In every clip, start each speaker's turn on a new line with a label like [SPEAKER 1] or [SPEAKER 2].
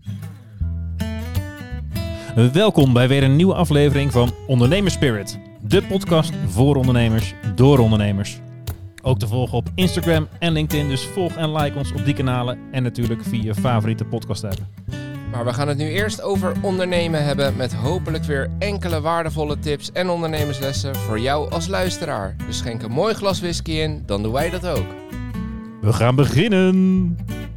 [SPEAKER 1] Welkom bij weer een nieuwe aflevering van Ondernemerspirit. De podcast voor ondernemers, door ondernemers. Ook te volgen op Instagram en LinkedIn, dus volg en like ons op die kanalen. En natuurlijk via je favoriete podcast app.
[SPEAKER 2] Maar we gaan het nu eerst over ondernemen hebben met hopelijk weer enkele waardevolle tips en ondernemerslessen voor jou als luisteraar. Dus schenk een mooi glas whisky in, dan doen wij dat ook.
[SPEAKER 1] We gaan beginnen!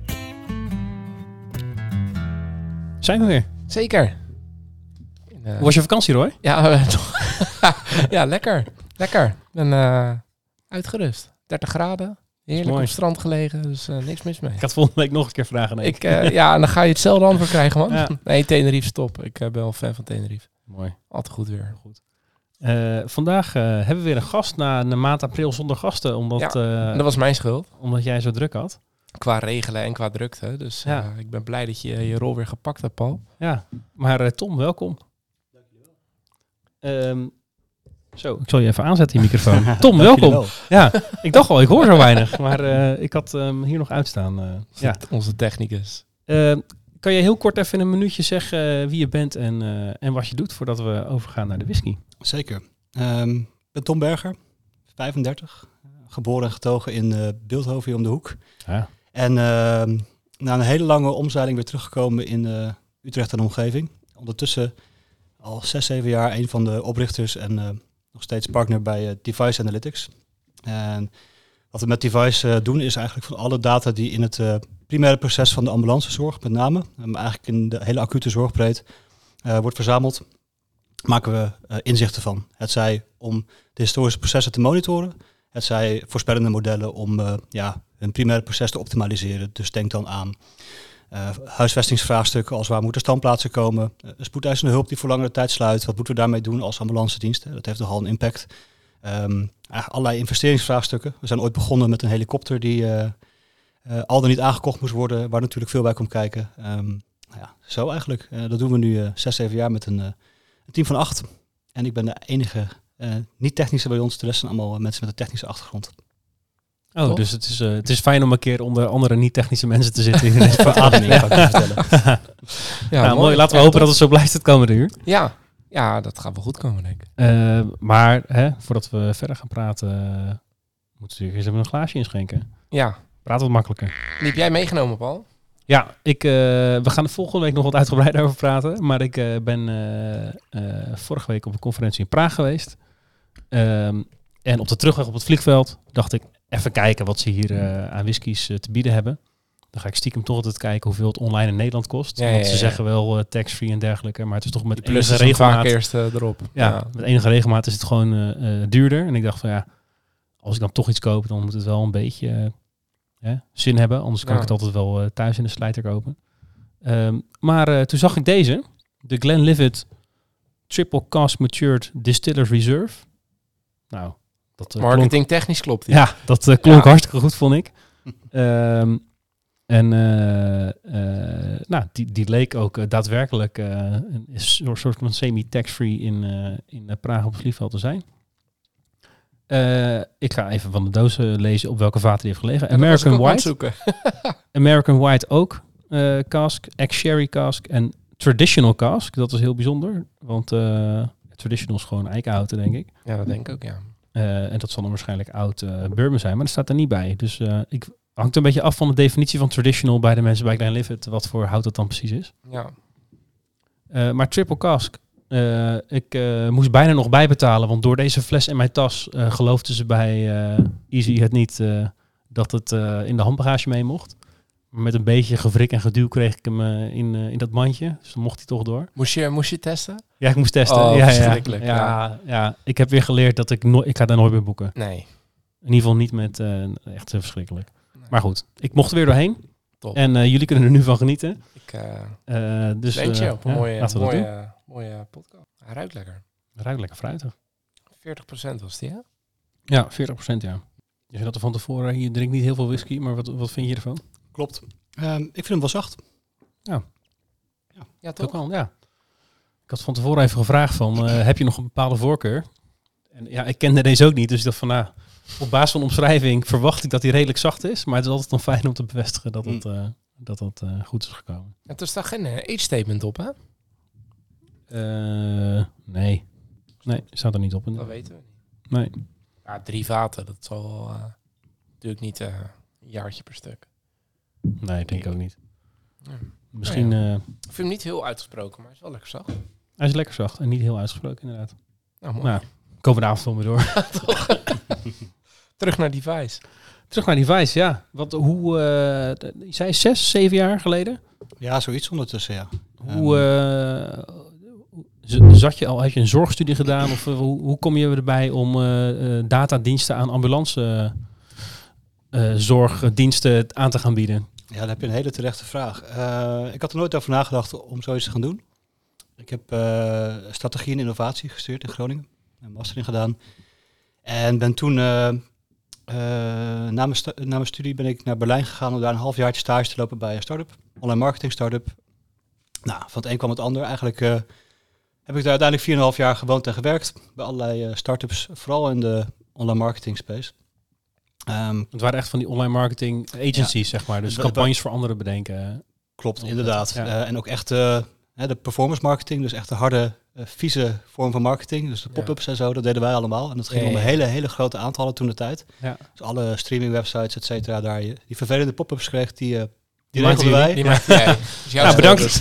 [SPEAKER 1] Zijn we weer?
[SPEAKER 2] Zeker.
[SPEAKER 1] Hoe was je vakantie, Roy?
[SPEAKER 2] Ja, ja, lekker. Lekker. Ik ben uitgerust. 30 graden. Heerlijk op het strand gelegen, dus niks mis mee.
[SPEAKER 1] Ik had volgende week nog een keer vragen. Nee.
[SPEAKER 2] Ja, en dan ga je hetzelfde antwoord krijgen, man.
[SPEAKER 1] Ja.
[SPEAKER 2] Nee, Tenerife stop. Ik ben wel fan van Tenerife.
[SPEAKER 1] Mooi.
[SPEAKER 2] Altijd goed weer.
[SPEAKER 1] Goed. Vandaag hebben we weer een gast na een maand april zonder gasten. Omdat,
[SPEAKER 2] dat was mijn schuld.
[SPEAKER 1] Omdat jij zo druk had.
[SPEAKER 2] Qua regelen en qua drukte. Dus ik ben blij dat je je rol weer gepakt hebt, Paul.
[SPEAKER 1] Ja, maar Tom, welkom. Zo, ik zal je even aanzetten, die microfoon. Tom, welkom. Ja, ik dacht al, ik hoor zo weinig. Maar ik had hier nog uitstaan.
[SPEAKER 2] Onze technicus.
[SPEAKER 1] Kan je heel kort even in een minuutje zeggen wie je bent en wat je doet voordat we overgaan naar de whisky?
[SPEAKER 3] Zeker. Ik ben Tom Berger, 35. Geboren en getogen in Bilthoven hier om de hoek.
[SPEAKER 1] Ja.
[SPEAKER 3] En na een hele lange omzeiling weer teruggekomen in Utrecht en omgeving. Ondertussen al 6-7 jaar een van de oprichters en nog steeds partner bij Device Analytics. En wat we met Device doen is eigenlijk van alle data die in het primaire proces van de ambulancezorg met name, maar eigenlijk in de hele acute zorgbreed wordt verzameld, maken we inzichten van. Het zij om de historische processen te monitoren, het zij voorspellende modellen om een primaire proces te optimaliseren. Dus denk dan aan huisvestingsvraagstukken als waar moeten standplaatsen komen, spoedeisende hulp die voor langere tijd sluit, wat moeten we daarmee doen als ambulancedienst? Dat heeft nogal een impact. Allerlei investeringsvraagstukken. We zijn ooit begonnen met een helikopter die al dan niet aangekocht moest worden, waar natuurlijk veel bij komt kijken. Zo eigenlijk. Dat doen we nu 6-7 jaar met een team van 8. En ik ben de enige niet-technische bij ons. De rest zijn allemaal mensen met een technische achtergrond.
[SPEAKER 1] Oh, toch? Dus het is fijn om een keer onder andere niet-technische mensen te zitten in deze verademing. Mooi. Laten we hopen dat het zo blijft het komende uur.
[SPEAKER 2] Ja, dat gaat wel goed komen, denk ik.
[SPEAKER 1] Maar voordat we verder gaan praten, moeten we eerst even een glaasje inschenken.
[SPEAKER 2] Ja.
[SPEAKER 1] Praat wat makkelijker.
[SPEAKER 2] Die heb jij meegenomen, Paul?
[SPEAKER 1] Ja, we gaan er volgende week nog wat uitgebreider over praten. Maar ik ben vorige week op een conferentie in Praag geweest. En op de terugweg op het vliegveld dacht ik, even kijken wat ze hier aan whiskies te bieden hebben. Dan ga ik stiekem toch altijd kijken hoeveel het online in Nederland kost. Want ze zeggen wel tax-free en dergelijke. Maar het is toch met enige regelmaat.
[SPEAKER 2] Eerst erop.
[SPEAKER 1] Ja, met enige regelmaat is het gewoon duurder. En ik dacht van als ik dan toch iets koop, dan moet het wel een beetje zin hebben. Anders kan ik het altijd wel thuis in de slijter kopen. Maar toen zag ik deze. De Glenlivet Triple Cask Matured Distillers Reserve. Nou, dat
[SPEAKER 2] marketing technisch klopt.
[SPEAKER 1] Ja, dat klonk hartstikke goed, vond ik. Die leek ook daadwerkelijk een soort van semi-tax-free in Praag op het vliegveld te zijn. Ik ga even van de doos lezen op welke vaten die heeft gelegen. American White. American White Oak cask, ex-sherry cask en traditional cask. Dat is heel bijzonder, want traditional is gewoon eikenhouten, denk ik.
[SPEAKER 2] Ja, dat denk ik ook, ja.
[SPEAKER 1] En dat zal dan waarschijnlijk oud bourbon zijn, maar dat staat er niet bij. Dus hangt een beetje af van de definitie van traditional bij de mensen bij Glenlivet, wat voor hout dat dan precies is.
[SPEAKER 2] Ja.
[SPEAKER 1] Maar triple cask, ik moest bijna nog bijbetalen, want door deze fles in mijn tas geloofden ze bij Easy het niet dat het in de handbagage mee mocht. Maar met een beetje gewrik en geduw kreeg ik hem in dat mandje, dus dan mocht hij toch door.
[SPEAKER 2] Moest je testen?
[SPEAKER 1] Ja, ik moest testen.
[SPEAKER 2] Oh, verschrikkelijk.
[SPEAKER 1] Ja, ik heb weer geleerd dat ik ga daar nooit meer boeken.
[SPEAKER 2] Nee.
[SPEAKER 1] In ieder geval niet met echt verschrikkelijk. Nee. Maar goed, ik mocht er weer doorheen.
[SPEAKER 2] Top.
[SPEAKER 1] En jullie kunnen er nu van genieten.
[SPEAKER 2] Dus denk je op een mooie podcast. Hij ruikt lekker.
[SPEAKER 1] Hij ruikt lekker fruitig.
[SPEAKER 2] 40% was die, hè?
[SPEAKER 1] Ja, 40%, ja. Je zei dat er van tevoren, je drinkt niet heel veel whisky, maar wat vind je ervan?
[SPEAKER 3] Klopt. Ik vind hem wel zacht.
[SPEAKER 2] Ja, toch?
[SPEAKER 1] Ook wel, ja. Ik had van tevoren even gevraagd van, heb je nog een bepaalde voorkeur? En ja, ik kende deze ook niet, dus ik dacht van, op basis van omschrijving verwacht ik dat hij redelijk zacht is. Maar het is altijd dan fijn om te bevestigen dat het dat goed is gekomen.
[SPEAKER 2] En er staat geen age statement op, hè?
[SPEAKER 1] Nee, staat er niet op.
[SPEAKER 2] Dat weten we niet.
[SPEAKER 1] Nee.
[SPEAKER 2] Ja, 3 vaten, dat zal natuurlijk niet een jaartje per stuk.
[SPEAKER 1] Nee, ik denk ook niet.
[SPEAKER 2] Ja.
[SPEAKER 1] Misschien...
[SPEAKER 2] Ik vind hem niet heel uitgesproken, maar hij is wel lekker zacht.
[SPEAKER 1] hij is lekker zacht en niet heel uitgesproken, inderdaad.
[SPEAKER 2] Nou, mooi.
[SPEAKER 1] Nou, komen we de avond wel weer door.
[SPEAKER 2] Terug naar Device.
[SPEAKER 1] Terug naar Device, ja. Je zei 6, 7 jaar geleden?
[SPEAKER 3] Ja, zoiets ondertussen, ja.
[SPEAKER 1] Had je een zorgstudie gedaan? Of hoe kom je erbij om datadiensten aan ambulance zorgdiensten aan te gaan bieden?
[SPEAKER 3] Ja, dan heb je een hele terechte vraag. Ik had er nooit over nagedacht om zoiets te gaan doen. Ik heb strategie en innovatie gestudeerd in Groningen. Een master in gedaan. En ben toen, na mijn studie ben ik naar Berlijn gegaan om daar een halfjaartje stage te lopen bij een start-up. Online marketing start-up. Nou, van het een kwam het ander. Eigenlijk heb ik daar uiteindelijk 4,5 jaar gewoond en gewerkt. Bij allerlei start-ups, vooral in de online marketing space.
[SPEAKER 1] Het waren echt van die online marketing agencies, zeg maar. Dus campagnes voor anderen bedenken.
[SPEAKER 3] Klopt, inderdaad.
[SPEAKER 1] Ja.
[SPEAKER 3] En ook echt de performance marketing, dus echt de harde, vieze vorm van marketing. Dus de pop-ups en zo, dat deden wij allemaal. En dat ging om hele grote aantallen toen de tijd. Ja. Dus alle streaming websites, et cetera, daar die vervelende pop-ups kreeg, die regelden wij.
[SPEAKER 2] Die maakte jij. Dus
[SPEAKER 1] bedankt.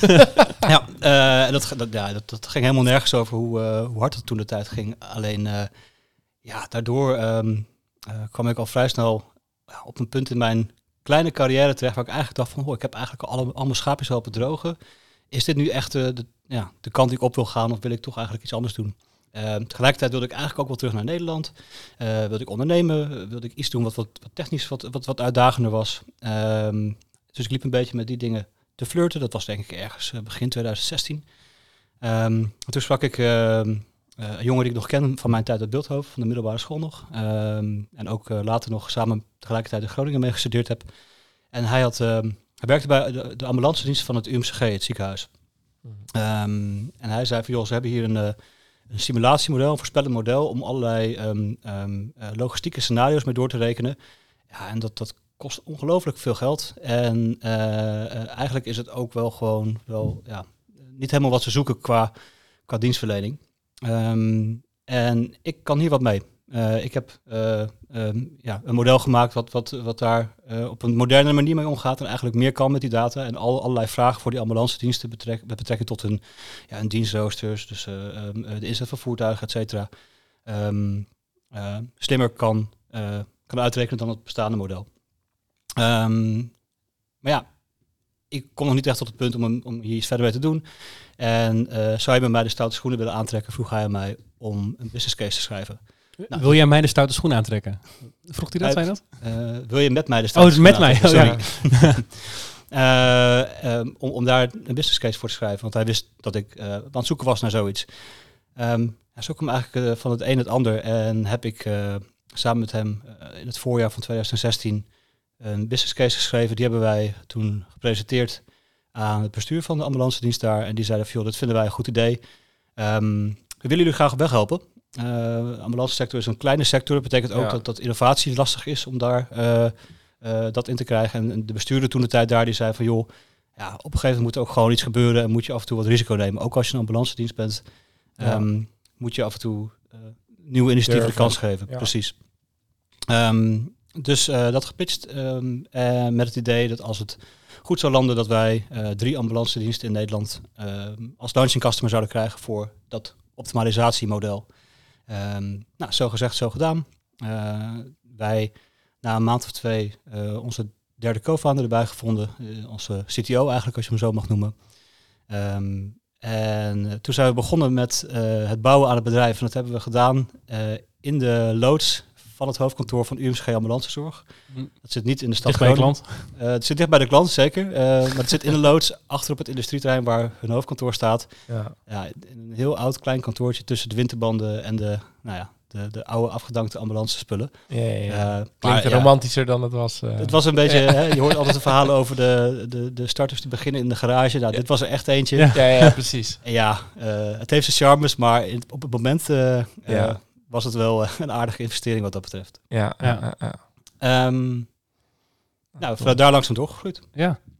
[SPEAKER 3] Dat ging helemaal nergens over hoe hard het toen de tijd ging. Alleen, daardoor kwam ik al vrij snel op een punt in mijn kleine carrière terecht waar ik eigenlijk dacht van, ik heb eigenlijk al mijn schaapjes helpen drogen. Is dit nu echt de kant die ik op wil gaan of wil ik toch eigenlijk iets anders doen? Tegelijkertijd wilde ik eigenlijk ook wel terug naar Nederland. Wilde ik ondernemen, wilde ik iets doen wat technisch wat uitdagender was. Dus ik liep een beetje met die dingen te flirten. Dat was denk ik ergens begin 2016. Toen sprak ik een jongen die ik nog ken van mijn tijd uit Bilthoven, van de middelbare school nog. En ook later nog samen tegelijkertijd in Groningen mee gestudeerd heb. En hij werkte bij de ambulancedienst van het UMCG, het ziekenhuis. En hij zei van, joh, ze hebben hier een simulatiemodel, een voorspellend model om allerlei logistieke scenario's mee door te rekenen. Ja, en dat kost ongelooflijk veel geld. En eigenlijk is het ook wel gewoon niet helemaal wat ze zoeken qua dienstverlening. En ik kan hier wat mee. Ik heb een model gemaakt wat daar op een moderne manier mee omgaat en eigenlijk meer kan met die data en allerlei vragen voor die ambulancediensten met betrekking tot hun dienstroosters, dus de inzet van voertuigen, et cetera, slimmer kan uitrekenen dan het bestaande model. Maar ja, ik kom nog niet echt tot het punt om hier iets verder mee te doen. En zou je bij mij de stoute schoenen willen aantrekken, vroeg hij aan mij om een business case te schrijven. Nou,
[SPEAKER 1] wil jij mij de stoute schoenen aantrekken? Vroeg hij dat, zei dat?
[SPEAKER 3] Wil je met mij de stoute schoenen aantrekken?
[SPEAKER 1] Sorry.
[SPEAKER 3] Om daar een business case voor te schrijven. Want hij wist dat ik aan het zoeken was naar zoiets. Zo kwam eigenlijk van het een het ander. En heb ik samen met hem in het voorjaar van 2016 een business case geschreven. Die hebben wij toen gepresenteerd aan het bestuur van de ambulancedienst daar. En die zeiden van, joh, dat vinden wij een goed idee. We willen jullie graag op weg helpen. De ambulance sector is een kleine sector. Dat betekent ook dat innovatie lastig is om daar dat in te krijgen. En de bestuurder toen de tijd daar, die zei van, joh, op een gegeven moment moet er ook gewoon iets gebeuren en moet je af en toe wat risico nemen. Ook als je een ambulancedienst bent, moet je af en toe nieuwe initiatieven de kans geven. Ja. Precies. Dus dat gepitcht met het idee dat als het goed zou landen, dat wij 3 ambulancediensten in Nederland als launching customer zouden krijgen voor dat optimalisatiemodel. Zo gezegd, zo gedaan. Wij na een maand of 2 onze derde co-founder erbij gevonden. Onze CTO eigenlijk, als je hem zo mag noemen. En toen zijn we begonnen met het bouwen aan het bedrijf. En dat hebben we gedaan in de loods van het hoofdkantoor van UMCG Ambulancezorg. Dat zit niet in de stad Groningen. Het zit dicht bij de klant, zeker. Maar het zit in de loods achter op het industrieterrein waar hun hoofdkantoor staat. Ja, een heel oud klein kantoortje tussen de winterbanden en de oude afgedankte ambulance spullen.
[SPEAKER 2] Klinkt romantischer dan het was.
[SPEAKER 3] Het was een beetje, je hoort altijd de verhalen over de starters die beginnen in de garage. Nou, dit was er echt eentje.
[SPEAKER 2] Ja, precies.
[SPEAKER 3] Het heeft zijn charmes, maar op het moment was het wel een aardige investering wat dat betreft.
[SPEAKER 2] Vanuit
[SPEAKER 3] daar langzaam doorgegroeid.
[SPEAKER 1] Ja.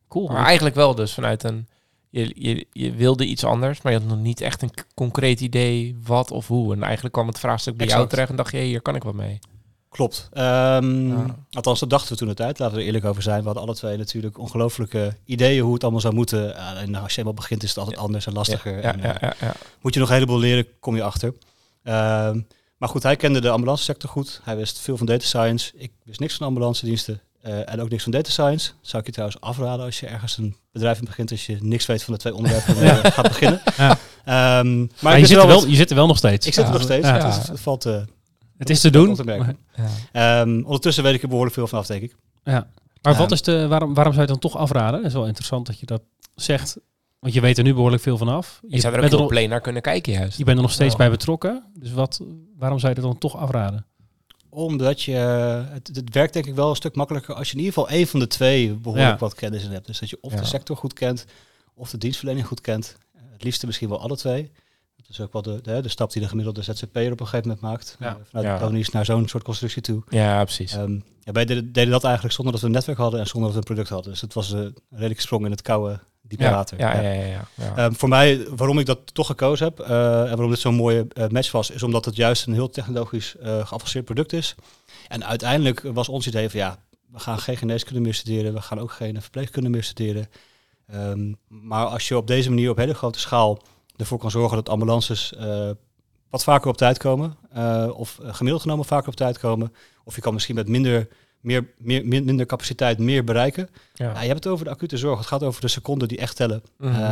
[SPEAKER 1] Cool.
[SPEAKER 2] Maar eigenlijk wel dus vanuit een... Je wilde iets anders, maar je had nog niet echt een concreet idee wat of hoe. En eigenlijk kwam het vraagstuk bij jou terecht en dacht je, hier kan ik wat mee.
[SPEAKER 3] Klopt. Althans, dat dachten we toen de tijd. Laten we er eerlijk over zijn. We hadden alle twee natuurlijk ongelooflijke ideeën hoe het allemaal zou moeten. En als je helemaal begint is het altijd anders en lastiger.
[SPEAKER 2] Ja.
[SPEAKER 3] Moet je nog een heleboel leren, kom je achter. Maar goed, hij kende de ambulance sector goed. Hij wist veel van data science. Ik wist niks van ambulance diensten. En ook niks van data science. Zou ik je trouwens afraden als je ergens een bedrijf in begint, als je niks weet van de twee onderwerpen gaat beginnen.
[SPEAKER 1] Ja.
[SPEAKER 3] Maar
[SPEAKER 1] je zit er wel nog steeds.
[SPEAKER 3] Ik zit er nog steeds.
[SPEAKER 1] Ja.
[SPEAKER 3] Dus het valt...
[SPEAKER 1] Het is te doen.
[SPEAKER 3] Ondertussen weet ik er behoorlijk veel vanaf, denk ik.
[SPEAKER 1] Ja. Maar wat is waarom zou je het dan toch afraden? Dat is wel interessant dat je dat zegt. Want je weet er nu behoorlijk veel vanaf.
[SPEAKER 2] Je zou er ook heel play naar kunnen kijken juist.
[SPEAKER 1] Je bent er nog steeds bij betrokken. Dus waarom zou je het dan toch afraden?
[SPEAKER 3] Omdat het werkt denk ik wel een stuk makkelijker als je in ieder geval één van de twee behoorlijk wat kennis in hebt. Dus dat je of de sector goed kent, of de dienstverlening goed kent. Het liefste misschien wel alle twee. Dat is ook wel de stap die de gemiddelde ZZP'er op een gegeven moment maakt. Vanuit Tony's naar zo'n soort constructie toe.
[SPEAKER 2] Ja, precies.
[SPEAKER 3] Wij deden dat eigenlijk zonder dat we een netwerk hadden en zonder dat we een product hadden. Dus het was een redelijk sprong in het koude diepe water.
[SPEAKER 2] Ja.
[SPEAKER 3] Voor mij, waarom ik dat toch gekozen heb en waarom dit zo'n mooie match was, is omdat het juist een heel technologisch geavanceerd product is. En uiteindelijk was ons idee van we gaan geen geneeskunde meer studeren, we gaan ook geen verpleegkunde meer studeren. Maar als je op deze manier op hele grote schaal ervoor kan zorgen dat ambulances wat vaker op tijd komen, of gemiddeld genomen vaker op tijd komen, of je kan misschien met minder capaciteit meer bereiken. Je hebt het over de acute zorg. Het gaat over de seconden die echt tellen.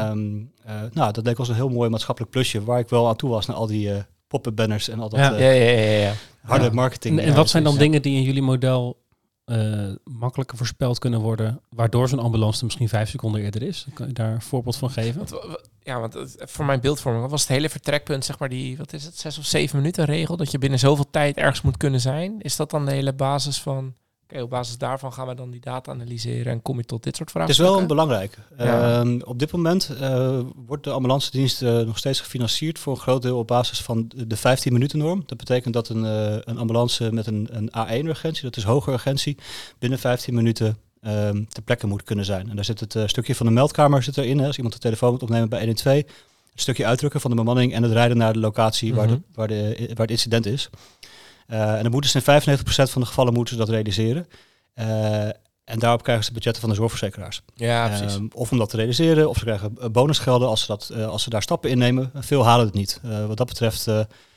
[SPEAKER 3] Dat leek ons een heel mooi maatschappelijk plusje, waar ik wel aan toe was naar al die pop-up banners en al dat harde marketing.
[SPEAKER 1] En wat zijn dan dingen die in jullie model makkelijker voorspeld kunnen worden, waardoor zo'n ambulance er misschien 5 seconden eerder is? Kan je daar een voorbeeld van geven?
[SPEAKER 2] Want voor mijn beeldvorming was het hele vertrekpunt, zeg maar die, 6 of 7 minuten regel, dat je binnen zoveel tijd ergens moet kunnen zijn. Is dat dan de hele basis van, op basis daarvan gaan we dan die data analyseren en kom je tot dit soort vragen?
[SPEAKER 3] Het is wel een belangrijke. Op dit moment wordt de ambulance dienst nog steeds gefinancierd voor een groot deel op basis van de 15 minuten norm. Dat betekent dat een ambulance met een A1 urgentie, dat is hoge urgentie, binnen 15 minuten ter plekke moet kunnen zijn. En daar zit het stukje van de meldkamer zit erin. Hè, als iemand de telefoon moet opnemen bij 112. Een stukje uitdrukken van de bemanning en het rijden naar de locatie waar het incident is. En dan moeten ze in 95% van de gevallen moeten ze dat realiseren. En daarop krijgen ze budgetten van de zorgverzekeraars.
[SPEAKER 2] Ja, precies.
[SPEAKER 3] Of om dat te realiseren, of ze krijgen bonusgelden als ze daar stappen in nemen. Veel halen het niet. Wat dat betreft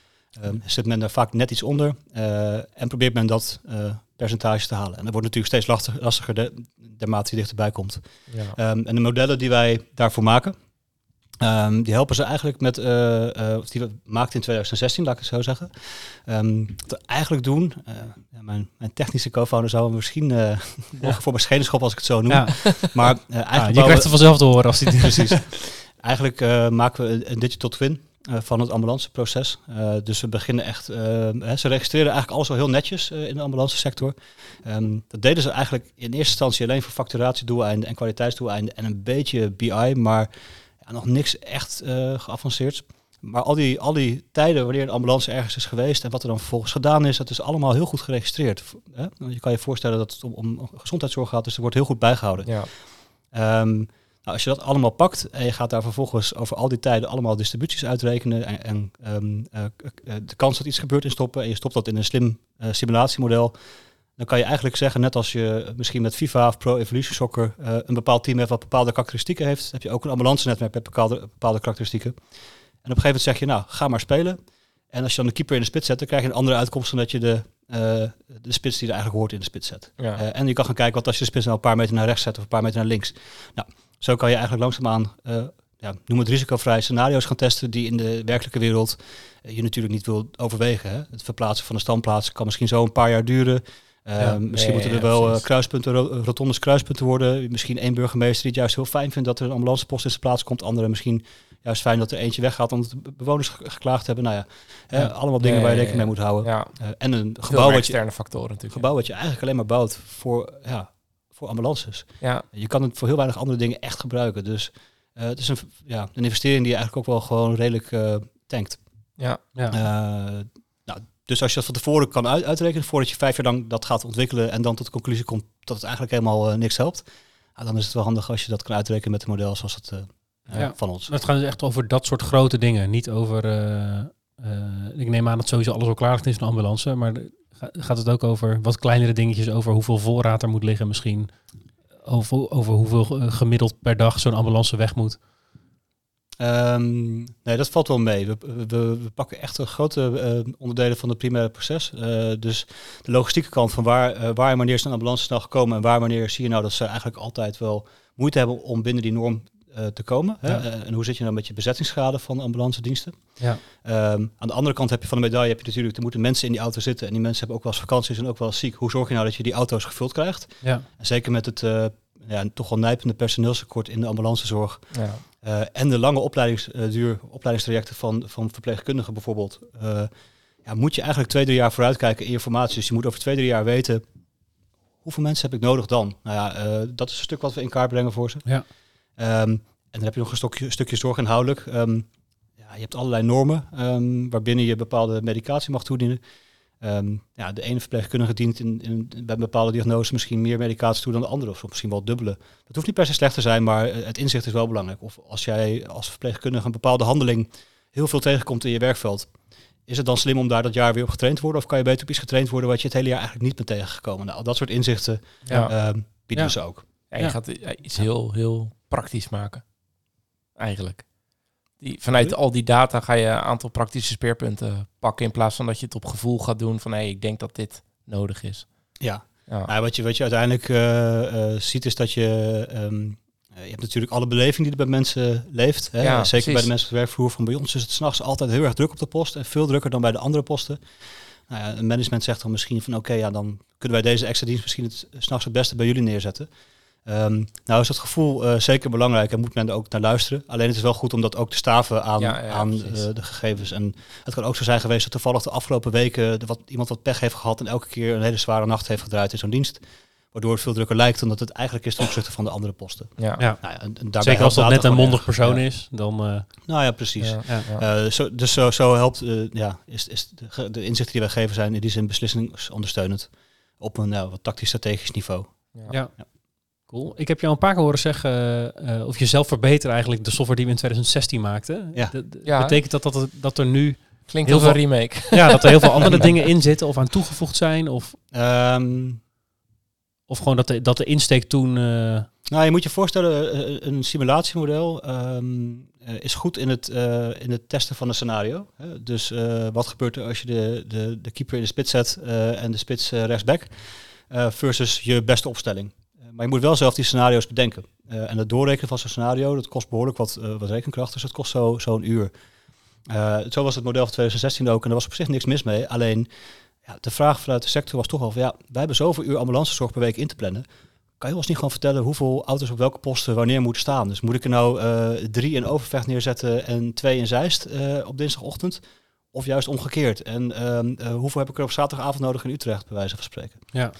[SPEAKER 3] zit men daar vaak net iets onder en probeert men dat percentage te halen. En dat wordt natuurlijk steeds lastiger naarmate je dichterbij komt. Ja. En de modellen die wij daarvoor maken, die helpen ze eigenlijk met, die we maakten in 2016, laat ik het zo zeggen. Wat we eigenlijk doen, mijn technische co-founder zou misschien voor mijn schenen schoppen als ik het zo noem. Ja. Maar eigenlijk
[SPEAKER 1] je krijgt er vanzelf te horen als die
[SPEAKER 3] precies. Eigenlijk maken we een digital twin van het ambulanceproces. Dus we beginnen echt, ze registreren eigenlijk alles al heel netjes in de ambulancesector. Dat deden ze eigenlijk in eerste instantie alleen voor facturatiedoeleinden en kwaliteitsdoeleinden en een beetje BI, maar nog niks echt geavanceerd. Maar al die tijden wanneer een ambulance ergens is geweest en wat er dan vervolgens gedaan is, dat is allemaal heel goed geregistreerd. Je kan je voorstellen dat het om gezondheidszorg gaat, dus er wordt heel goed bijgehouden. Ja. Als je dat allemaal pakt en je gaat daar vervolgens over al die tijden allemaal distributies uitrekenen en de kans dat iets gebeurt in stoppen en je stopt dat in een slim simulatiemodel, dan kan je eigenlijk zeggen, net als je misschien met FIFA of Pro Evolution Soccer een bepaald team heeft wat bepaalde karakteristieken heeft, heb je ook een ambulance-netwerk met bepaalde karakteristieken. En op een gegeven moment zeg je, nou, ga maar spelen. En als je dan de keeper in de spits zet, dan krijg je een andere uitkomst dan dat je de spits die er eigenlijk hoort in de spits zet. Ja. En je kan gaan kijken, wat als je de spits nou een paar meter naar rechts zet of een paar meter naar links. Nou, zo kan je eigenlijk langzaamaan, noem het risicovrij, scenario's gaan testen die in de werkelijke wereld je natuurlijk niet wil overwegen. Hè? Het verplaatsen van de standplaats kan misschien zo een paar jaar duren. Misschien moeten er wel kruispunten, rotondes kruispunten worden. Misschien één burgemeester die het juist heel fijn vindt dat er een ambulancepost in zijn plaats komt. Anderen misschien juist fijn dat er eentje weggaat omdat de bewoners geklaagd hebben. Nou ja, allemaal dingen waar je rekening mee moet houden. Ja. En een gebouw
[SPEAKER 2] externe factoren natuurlijk.
[SPEAKER 3] Gebouw wat je eigenlijk alleen maar bouwt voor ambulances. Ja. Je kan het voor heel weinig andere dingen echt gebruiken. Dus het is een investering die je eigenlijk ook wel gewoon redelijk tankt. Ja. Dus als je dat van tevoren kan uitrekenen, voordat je 5 jaar lang dat gaat ontwikkelen en dan tot de conclusie komt dat het eigenlijk helemaal niks helpt, dan is het wel handig als je dat kan uitrekenen met een model zoals het van ons.
[SPEAKER 1] Het gaat dus echt over dat soort grote dingen. Niet over... ik neem aan dat sowieso alles al klaar ligt in zo'n ambulance. Maar gaat het ook over wat kleinere dingetjes. Over hoeveel voorraad er moet liggen misschien. Over hoeveel gemiddeld per dag zo'n ambulance weg moet.
[SPEAKER 3] Nee, dat valt wel mee. We pakken echt grote onderdelen van het primaire proces. Dus de logistieke kant van waar en wanneer is een ambulance snel gekomen en waar en wanneer zie je nou dat ze eigenlijk altijd wel moeite hebben om binnen die norm te komen.
[SPEAKER 1] Ja.
[SPEAKER 3] Hè? En hoe zit je nou met je bezettingsschade van de ambulance diensten?
[SPEAKER 1] Ja.
[SPEAKER 3] Aan de andere kant heb je van de medaille heb je natuurlijk, er moeten mensen in die auto zitten en die mensen hebben ook wel eens vakanties en ook wel eens ziek. Hoe zorg je nou dat je die auto's gevuld krijgt?
[SPEAKER 1] Ja.
[SPEAKER 3] En zeker met het toch wel nijpende personeelstekort in de ambulancezorg.
[SPEAKER 2] Ja.
[SPEAKER 3] En de lange opleidingstrajecten van verpleegkundigen bijvoorbeeld. Moet je eigenlijk 2-3 jaar vooruitkijken in je formatie. Dus je moet over 2-3 jaar weten, hoeveel mensen heb ik nodig dan? Dat is een stuk wat we in kaart brengen voor ze.
[SPEAKER 1] Ja.
[SPEAKER 3] En dan heb je nog een stukje zorginhoudelijk. Je hebt allerlei normen waarbinnen je bepaalde medicatie mag toedienen. De ene verpleegkundige dient bij een bepaalde diagnose misschien meer medicatie toe dan de andere. Of misschien wel dubbele. Dat hoeft niet per se slecht te zijn, maar het inzicht is wel belangrijk. Of als jij als verpleegkundige een bepaalde handeling heel veel tegenkomt in je werkveld. Is het dan slim om daar dat jaar weer op getraind te worden? Of kan je beter op iets getraind worden wat je het hele jaar eigenlijk niet bent tegengekomen? Nou, dat soort inzichten bieden ze ook.
[SPEAKER 2] Ja, je gaat iets heel, heel praktisch maken. Eigenlijk. Vanuit al die data ga je een aantal praktische speerpunten pakken in plaats van dat je het op gevoel gaat doen van ik denk dat dit nodig is.
[SPEAKER 3] Ja. Wat je uiteindelijk ziet is dat je hebt natuurlijk alle beleving die er bij mensen leeft. Hè?
[SPEAKER 2] Ja,
[SPEAKER 3] zeker
[SPEAKER 2] precies.
[SPEAKER 3] bij de mensen op de werkvloer. Van bij ons is het 's nachts altijd heel erg druk op de post en veel drukker dan bij de andere posten. Een management zegt dan misschien van dan kunnen wij deze extra dienst misschien 's nachts het beste bij jullie neerzetten. Is dat gevoel zeker belangrijk en moet men er ook naar luisteren. Alleen het is wel goed om dat ook te staven aan de gegevens. En het kan ook zo zijn geweest dat toevallig de afgelopen weken iemand wat pech heeft gehad en elke keer een hele zware nacht heeft gedraaid in zo'n dienst. Waardoor het veel drukker lijkt dan dat het eigenlijk is ten opzichte van de andere posten.
[SPEAKER 1] Ja.
[SPEAKER 3] En daarbij
[SPEAKER 1] zeker als dat net een mondig
[SPEAKER 3] erg,
[SPEAKER 1] persoon is, dan...
[SPEAKER 3] precies.
[SPEAKER 1] Ja.
[SPEAKER 3] Zo helpt, is de inzichten die wij geven zijn in die zin beslissingsondersteunend op een wat tactisch-strategisch niveau.
[SPEAKER 1] Ja. Cool. Ik heb jou een paar keer horen zeggen, of je zelf verbeteren eigenlijk de software die we in 2016 maakten.
[SPEAKER 2] Ja.
[SPEAKER 1] Betekent dat er nu...
[SPEAKER 2] Klinkt
[SPEAKER 1] heel
[SPEAKER 2] als een
[SPEAKER 1] veel
[SPEAKER 2] remake.
[SPEAKER 1] Ja, dat er heel veel andere dingen in zitten of aan toegevoegd zijn? Of gewoon dat de insteek toen...
[SPEAKER 3] Je moet je voorstellen, een simulatiemodel is goed in het testen van een scenario. Hè? Dus wat gebeurt er als je de keeper in de spits zet en de spits rechtsback versus je beste opstelling. Maar je moet wel zelf die scenario's bedenken. En het doorrekenen van zo'n scenario, dat kost behoorlijk wat rekenkracht. Dus dat kost zo'n uur. Zo was het model van 2016 ook. En er was op zich niks mis mee. Alleen de vraag vanuit de sector was toch al van wij hebben zoveel uur ambulancezorg per week in te plannen. Kan je ons niet gewoon vertellen hoeveel auto's op welke posten wanneer moeten staan? Dus moet ik er nou 3 in Overvecht neerzetten en 2 in Zeist op dinsdagochtend? Of juist omgekeerd? En hoeveel heb ik er op zaterdagavond nodig in Utrecht, bij wijze van spreken?
[SPEAKER 1] Ja.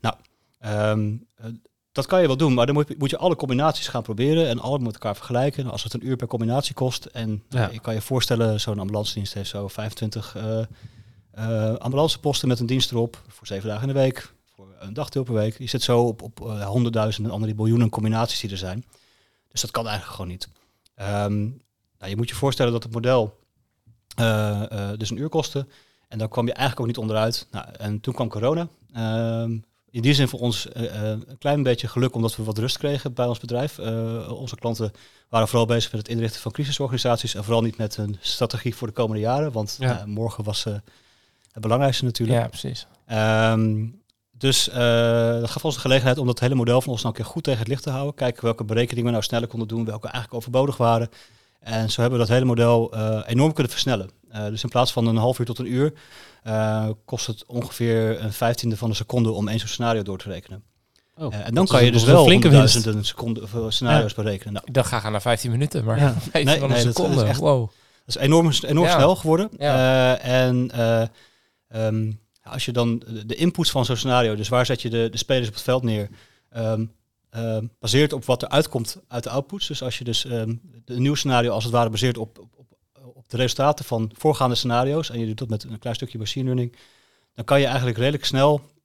[SPEAKER 3] Dat kan je wel doen, maar dan moet je alle combinaties gaan proberen en alle met elkaar vergelijken. Als het een uur per combinatie kost en je kan je voorstellen, zo'n ambulancedienst heeft zo 25 ambulanceposten met een dienst erop voor 7 dagen in de week, voor een dagdeel per week. Je zit zo op honderdduizenden, andere biljoenen combinaties die er zijn. Dus dat kan eigenlijk gewoon niet. Je moet je voorstellen dat het model dus een uur kostte en daar kwam je eigenlijk ook niet onderuit. En toen kwam corona. In die zin voor ons een klein beetje geluk omdat we wat rust kregen bij ons bedrijf. Onze klanten waren vooral bezig met het inrichten van crisisorganisaties en vooral niet met een strategie voor de komende jaren. Want morgen was het belangrijkste natuurlijk.
[SPEAKER 2] Ja, precies.
[SPEAKER 3] Dus dat gaf ons de gelegenheid om dat hele model van ons nou een keer goed tegen het licht te houden. Kijken welke berekeningen we nou sneller konden doen, welke eigenlijk overbodig waren. En zo hebben we dat hele model enorm kunnen versnellen. Dus in plaats van een half uur tot een uur kost het ongeveer een 1/15 van een seconde om één zo'n scenario door te rekenen. En dan kan je dus wel duizenden scenario's berekenen.
[SPEAKER 2] Ik dacht graag naar 15 minuten, maar
[SPEAKER 3] nee,
[SPEAKER 2] een seconde.
[SPEAKER 3] Dat is echt,
[SPEAKER 2] wow.
[SPEAKER 3] Dat is enorm snel geworden.
[SPEAKER 2] Ja.
[SPEAKER 3] Als je dan de inputs van zo'n scenario, dus waar zet je de spelers op het veld neer, baseert op wat er uitkomt uit de outputs. Dus als je dus een nieuw scenario als het ware baseert op de resultaten van voorgaande scenario's en je doet dat met een klein stukje machine learning, dan kan je eigenlijk redelijk snel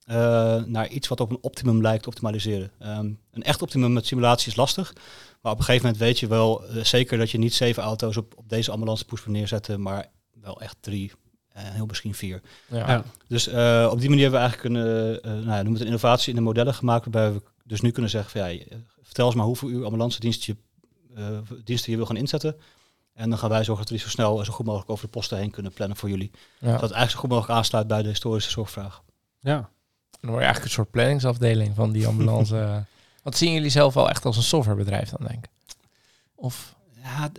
[SPEAKER 3] naar iets wat op een optimum lijkt te optimaliseren. Een echt optimum met simulatie is lastig. Maar op een gegeven moment weet je wel zeker dat je niet 7 auto's op deze ambulancepoes moet neerzetten, maar wel echt 3, heel misschien 4.
[SPEAKER 2] Ja.
[SPEAKER 3] Dus op die manier hebben we eigenlijk noem het een innovatie in de modellen gemaakt, waarbij we dus nu kunnen zeggen van vertel eens maar hoeveel uur ambulance diensten je wil gaan inzetten. En dan gaan wij zorgen dat we die zo snel en zo goed mogelijk over de posten heen kunnen plannen voor jullie.
[SPEAKER 2] Ja.
[SPEAKER 3] Dat het eigenlijk zo goed mogelijk aansluit bij de historische zorgvraag.
[SPEAKER 1] Ja.
[SPEAKER 2] Dan word je eigenlijk een soort planningsafdeling van die ambulance. Wat zien jullie zelf wel echt als een softwarebedrijf dan, denk ik? Of?
[SPEAKER 3] Ja,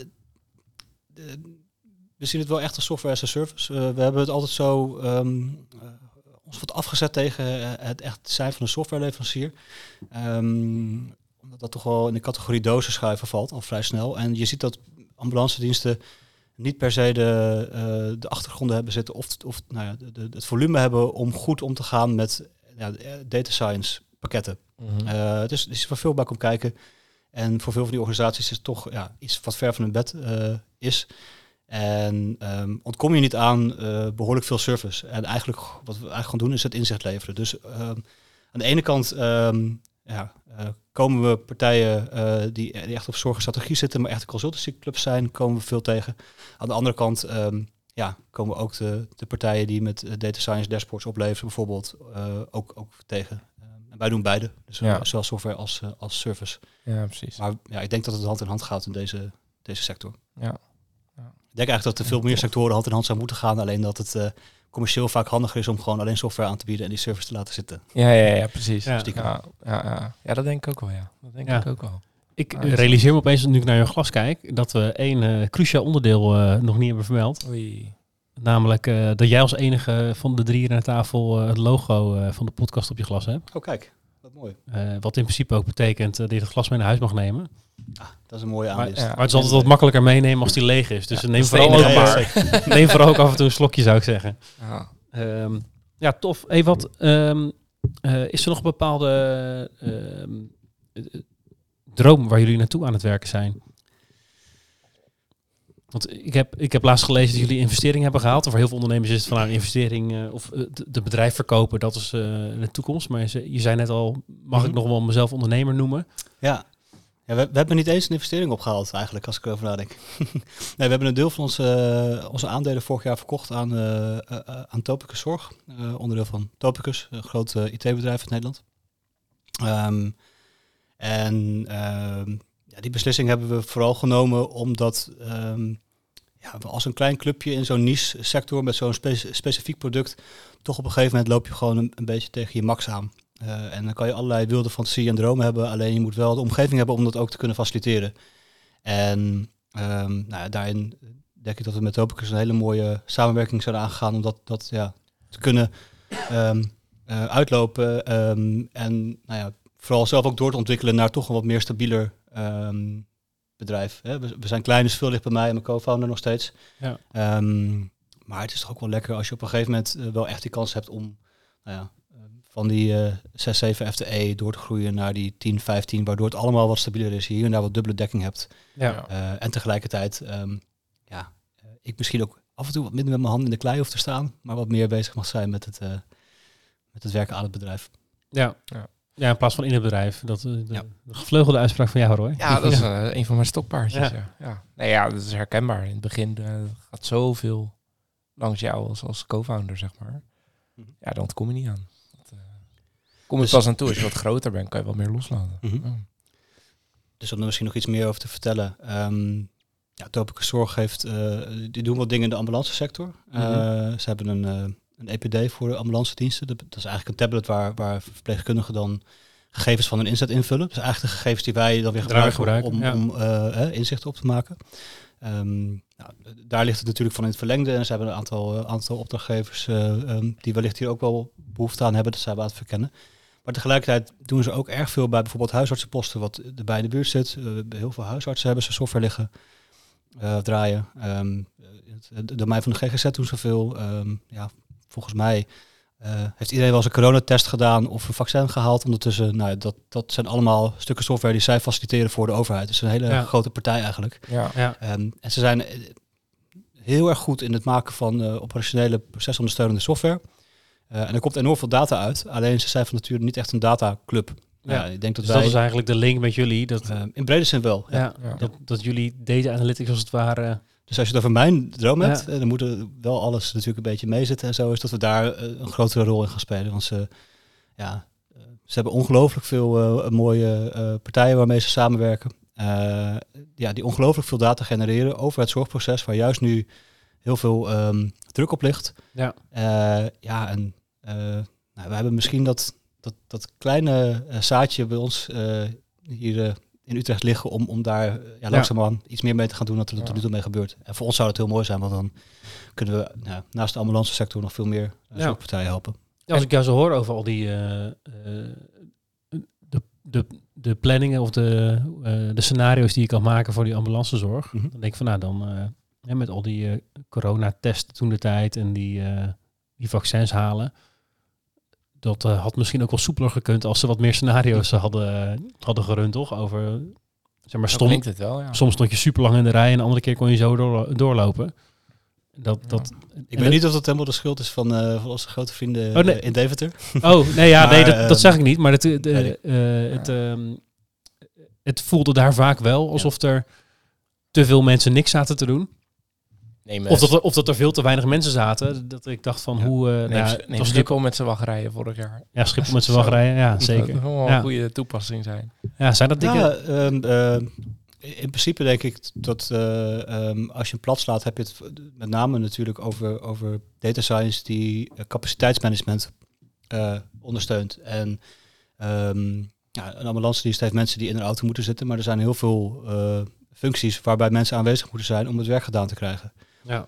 [SPEAKER 3] we zien het wel echt als software as a service. We hebben het altijd zo ons wat afgezet tegen het echt zijn van een softwareleverancier. Omdat dat toch wel in de categorie dozen schuiven valt, al vrij snel. En je ziet dat ambulancediensten niet per se de achtergronden hebben zitten of het volume hebben om goed om te gaan met data science pakketten.
[SPEAKER 2] Mm-hmm.
[SPEAKER 3] Het is waar veel bij komt kijken. En voor veel van die organisaties is het toch iets wat ver van hun bed is. En ontkom je niet aan behoorlijk veel service. En eigenlijk wat we eigenlijk gaan doen is het inzicht leveren. Dus aan de ene kant komen we partijen die echt op zorg en strategie zitten, maar echt consultancyclubs zijn, komen we veel tegen. Aan de andere kant komen we ook de partijen die met data science dashboards opleveren bijvoorbeeld ook tegen. En wij doen beide, dus zowel software als service.
[SPEAKER 2] Ja, precies.
[SPEAKER 3] Maar ik denk dat het hand in hand gaat in deze sector.
[SPEAKER 2] Ja.
[SPEAKER 3] Ik denk eigenlijk dat er veel meer sectoren hand in hand zou moeten gaan, alleen dat het commercieel vaak handiger is om gewoon alleen software aan te bieden en die service te laten zitten.
[SPEAKER 2] Ja, precies.
[SPEAKER 1] Ja.
[SPEAKER 2] Ja, dat denk ik ook wel, ja. Dat denk ik ook wel.
[SPEAKER 1] Ik realiseer me opeens, nu ik naar je glas kijk, dat we één cruciaal onderdeel nog niet hebben vermeld.
[SPEAKER 2] Oei.
[SPEAKER 1] Namelijk dat jij als enige van de 3 hier aan tafel het logo van de podcast op je glas hebt.
[SPEAKER 3] Oh kijk, wat mooi.
[SPEAKER 1] Wat in principe ook betekent dat je het glas mee naar huis mag nemen.
[SPEAKER 3] Dat is een mooie aanwinst.
[SPEAKER 1] Maar het is altijd wat makkelijker meenemen als die leeg is. Dus neem vooral
[SPEAKER 2] ook
[SPEAKER 1] maar. Neem vooral ook af en toe een slokje, zou ik zeggen.
[SPEAKER 2] Ja.
[SPEAKER 1] Tof. Hey, wat is er nog een bepaalde droom waar jullie naartoe aan het werken zijn? Want ik heb laatst gelezen dat jullie investering hebben gehaald. Voor heel veel ondernemers is het van een investering of de bedrijf verkopen. Dat is de toekomst. Maar je zei net al, mag ik nog wel mezelf ondernemer noemen?
[SPEAKER 3] Ja. Ja, we hebben niet eens een investering opgehaald eigenlijk, als ik erover nadenk. Nee, we hebben een deel van onze aandelen vorig jaar verkocht aan Topicus Zorg. Onderdeel van Topicus, een groot IT-bedrijf uit Nederland. Die beslissing hebben we vooral genomen omdat we als een klein clubje in zo'n niche sector met zo'n specifiek product, toch op een gegeven moment loop je gewoon een beetje tegen je max aan. En dan kan je allerlei wilde fantasie en dromen hebben, alleen je moet wel de omgeving hebben om dat ook te kunnen faciliteren. En daarin denk ik dat we met Topicus een hele mooie samenwerking zijn aangegaan om dat te kunnen uitlopen. En vooral zelf ook door te ontwikkelen naar toch een wat meer stabieler bedrijf. Hè. We zijn klein, dus veel ligt bij mij en mijn co-founder nog steeds. Ja. Maar het is toch ook wel lekker als je op een gegeven moment wel echt die kans hebt om van die 6, 7 FTE door te groeien naar die 10, 15, waardoor het allemaal wat stabieler is. Hier en daar wat dubbele dekking hebt. Ja. En tegelijkertijd, ik misschien ook af en toe wat minder met mijn handen in de klei hoef te staan, maar wat meer bezig mag zijn met het werken aan het bedrijf.
[SPEAKER 1] Ja. Ja, in plaats van in het bedrijf. De gevleugelde uitspraak van jou, Roy.
[SPEAKER 2] Ja, dat is een van mijn stokpaardjes. Ja. Nee, dat is herkenbaar. In het begin gaat zoveel langs jou als co-founder, zeg maar. Ja, dan kom je niet aan. Kom je pas aan toe. Als je wat groter bent, kan je wat meer loslaten. Mm-hmm.
[SPEAKER 3] Dus om er misschien nog iets meer over te vertellen. Topicus Zorg die doen wat dingen in de ambulance sector. Ze hebben een EPD voor de ambulance diensten. Dat is eigenlijk een tablet waar verpleegkundigen dan gegevens van hun inzet invullen. Dus eigenlijk de gegevens die wij dan weer gebruiken om inzicht op te maken. Daar ligt het natuurlijk van in het verlengde. En ze hebben een aantal opdrachtgevers die wellicht hier ook wel behoefte aan hebben. Dat zijn we aan het verkennen. Maar tegelijkertijd doen ze ook erg veel bij bijvoorbeeld huisartsenposten, wat erbij in de buurt zit. Heel veel huisartsen hebben ze software liggen, draaien. Het domein van de GGZ doen ze veel. Volgens mij heeft iedereen wel eens een coronatest gedaan of een vaccin gehaald ondertussen. Dat zijn allemaal stukken software die zij faciliteren voor de overheid. Dus een hele grote partij eigenlijk. Ja. En ze zijn heel erg goed in het maken van operationele procesondersteunende software. En er komt enorm veel data uit. Alleen ze zijn van nature niet echt een dataclub.
[SPEAKER 1] Ja.
[SPEAKER 3] Ik denk dat
[SPEAKER 1] Dus
[SPEAKER 3] wij...
[SPEAKER 1] dat is eigenlijk de link met jullie. Dat,
[SPEAKER 3] in brede zin wel. Ja.
[SPEAKER 1] Dat jullie data analytics als het ware...
[SPEAKER 3] Dus als je het over mijn droom hebt,
[SPEAKER 1] Ja.
[SPEAKER 3] dan moet er wel alles natuurlijk een beetje meezitten en zo, is dat we daar een grotere rol in gaan spelen. Want ze hebben ongelooflijk veel mooie partijen waarmee ze samenwerken. Die ongelooflijk veel data genereren over het zorgproces, waar juist nu heel veel druk op ligt.
[SPEAKER 1] Ja.
[SPEAKER 3] We hebben misschien dat kleine zaadje bij ons hier in Utrecht liggen om daar langzaamaan iets meer mee te gaan doen dan er tot nu toe mee gebeurt. En voor ons zou dat heel mooi zijn, want dan kunnen we naast de ambulance sector nog veel meer zorgpartijen helpen.
[SPEAKER 1] Ja, als ik jou zo hoor over al die de planningen of de scenario's die je kan maken voor die ambulancezorg, dan denk ik van met al die coronatesten toen de tijd en die vaccins halen, dat had misschien ook wel soepeler gekund als ze wat meer scenario's hadden gerund, toch? Over, zeg maar,
[SPEAKER 2] klinkt het wel, ja.
[SPEAKER 1] Soms stond je super lang in de rij en de andere keer kon je zo doorlopen.
[SPEAKER 3] Ik weet niet of dat helemaal de schuld is van onze grote vrienden in Deventer.
[SPEAKER 1] Dat zeg ik niet. Maar het voelde daar vaak wel alsof er te veel mensen niks zaten te doen. Of dat er veel te weinig mensen zaten. Dat ik dacht van
[SPEAKER 2] neem Schiphol met zijn wachtrijen vorig jaar.
[SPEAKER 1] Ja, Schiphol met zijn wachtrijen, ja, zeker.
[SPEAKER 2] Dat zal wel een goede toepassing zijn.
[SPEAKER 1] Ja, zijn dat dingen...
[SPEAKER 3] In principe denk ik dat als je een plat slaat, heb je het met name natuurlijk over data science die capaciteitsmanagement ondersteunt. En een ambulancedienst heeft mensen die in een auto moeten zitten, maar er zijn heel veel functies waarbij mensen aanwezig moeten zijn om het werk gedaan te krijgen.
[SPEAKER 1] Ja.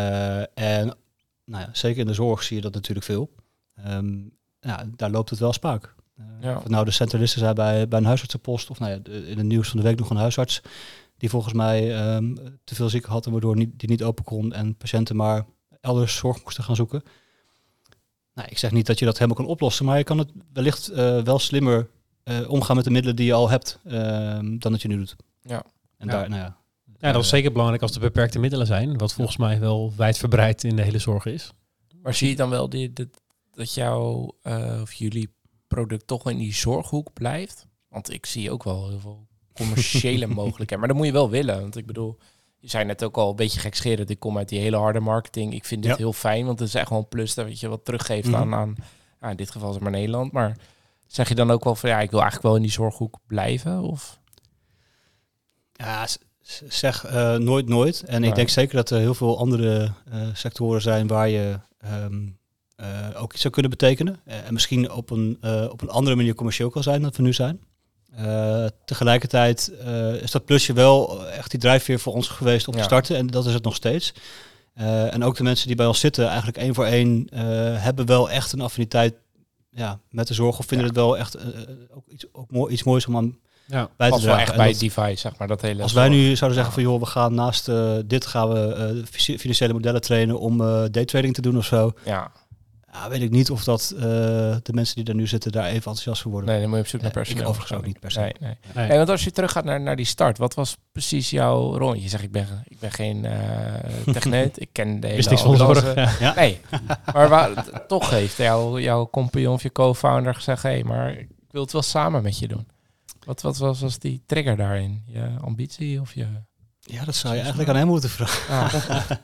[SPEAKER 3] Zeker in de zorg zie je dat natuurlijk veel. Daar loopt het wel spaak. Of het nou de centralisten zijn bij een huisartsenpost, of in het nieuws van de week nog een huisarts die volgens mij te veel zieken had en waardoor die niet open kon en patiënten maar elders zorg moesten gaan zoeken. Ik zeg niet dat je dat helemaal kan oplossen, maar je kan het wellicht wel slimmer omgaan met de middelen die je al hebt dan dat je nu doet.
[SPEAKER 2] Ja.
[SPEAKER 1] En dat is zeker belangrijk als er beperkte middelen zijn, wat volgens mij wel wijdverbreid in de hele zorg is.
[SPEAKER 2] Maar zie je dan wel dat jouw of jullie product toch in die zorghoek blijft? Want ik zie ook wel heel veel commerciële mogelijkheden. Maar dat moet je wel willen. Want ik bedoel, je zei net ook al een beetje gekscherend. Ik kom uit die hele harde marketing. Ik vind dit heel fijn, want het is echt wel een plus dat je wat teruggeeft aan in dit geval is het maar Nederland. Maar zeg je dan ook wel van ik wil eigenlijk wel in die zorghoek blijven? Of?
[SPEAKER 3] Ja, zeg nooit. En ik denk zeker dat er heel veel andere sectoren zijn waar je ook iets zou kunnen betekenen. En misschien op een andere manier commercieel kan zijn dan we nu zijn. Tegelijkertijd is dat plusje wel echt die drijfveer voor ons geweest om te starten. En dat is het nog steeds. En ook de mensen die bij ons zitten, eigenlijk 1 voor 1, hebben wel echt een affiniteit met de zorg. Of vinden het wel echt iets moois om aan bij te dragen.
[SPEAKER 2] Wel echt bij het device, zeg maar. Dat hele
[SPEAKER 3] als wij nu zouden zeggen van we gaan naast dit gaan we financiële modellen trainen om daytrading te doen of zo.
[SPEAKER 2] Ja,
[SPEAKER 3] weet ik niet of dat de mensen die daar nu zitten daar even enthousiast voor worden.
[SPEAKER 2] Nee, dan moet je op zoek naar personeel.
[SPEAKER 3] Ik overigens ook niet per se.
[SPEAKER 2] Nee, want als je teruggaat naar die start, wat was precies jouw rol? Je zegt, ik ben geen techneut, ik ken de hele
[SPEAKER 1] ambulance.
[SPEAKER 2] Nee, maar toch heeft jouw compagnon of je co-founder gezegd, maar ik wil het wel samen met je doen. Wat was die trigger daarin? Je ambitie of je...
[SPEAKER 3] Ja, dat zou je eigenlijk aan hem moeten vragen.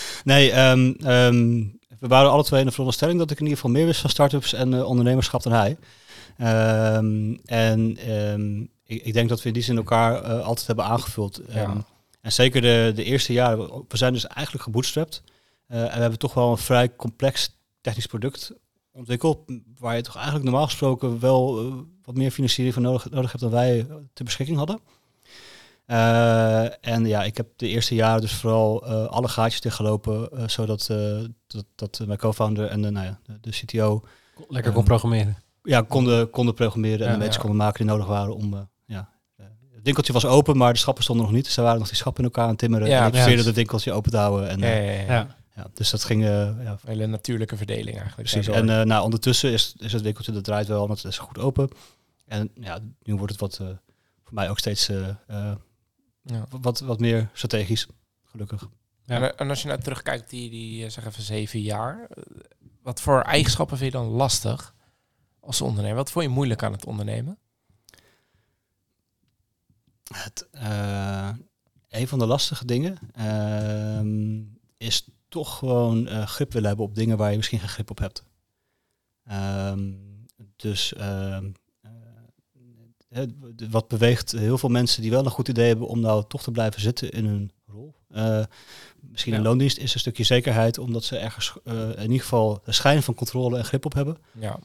[SPEAKER 3] We waren alle twee in de veronderstelling dat ik in ieder geval meer wist van start-ups en ondernemerschap dan hij. Ik denk dat we in die zin elkaar altijd hebben aangevuld. En zeker de eerste jaren, we zijn dus eigenlijk gebootstrapped. En we hebben toch wel een vrij complex technisch product ontwikkeld, waar je toch eigenlijk normaal gesproken wel wat meer financiering voor nodig hebt dan wij ter beschikking hadden. Ik heb de eerste jaren dus vooral alle gaatjes dichtgelopen, zodat mijn co-founder en de CTO
[SPEAKER 1] lekker kon programmeren.
[SPEAKER 3] Ja, konden programmeren en de matches konden maken die nodig waren om... Het winkeltje was open, maar de schappen stonden nog niet. Dus ze waren nog die schappen in elkaar aan het timmeren. En ik probeerde het winkeltje open te houden. Dus dat ging...
[SPEAKER 2] Een hele natuurlijke verdeling eigenlijk.
[SPEAKER 3] Precies. En ondertussen is het winkeltje, dat draait wel, want het is goed open. En nu wordt het voor mij ook steeds wat meer strategisch, gelukkig.
[SPEAKER 2] Ja. En als je nou terugkijkt, die zeg even 7 jaar, Wat voor eigenschappen vind je dan lastig als ondernemer? Wat vond je moeilijk aan het ondernemen?
[SPEAKER 3] Een van de lastige dingen is toch gewoon grip willen hebben op dingen waar je misschien geen grip op hebt. Wat beweegt heel veel mensen die wel een goed idee hebben om nou toch te blijven zitten in hun rol. Misschien een loondienst is een stukje zekerheid, omdat ze ergens in ieder geval de schijn van controle en grip op hebben.
[SPEAKER 2] Ja.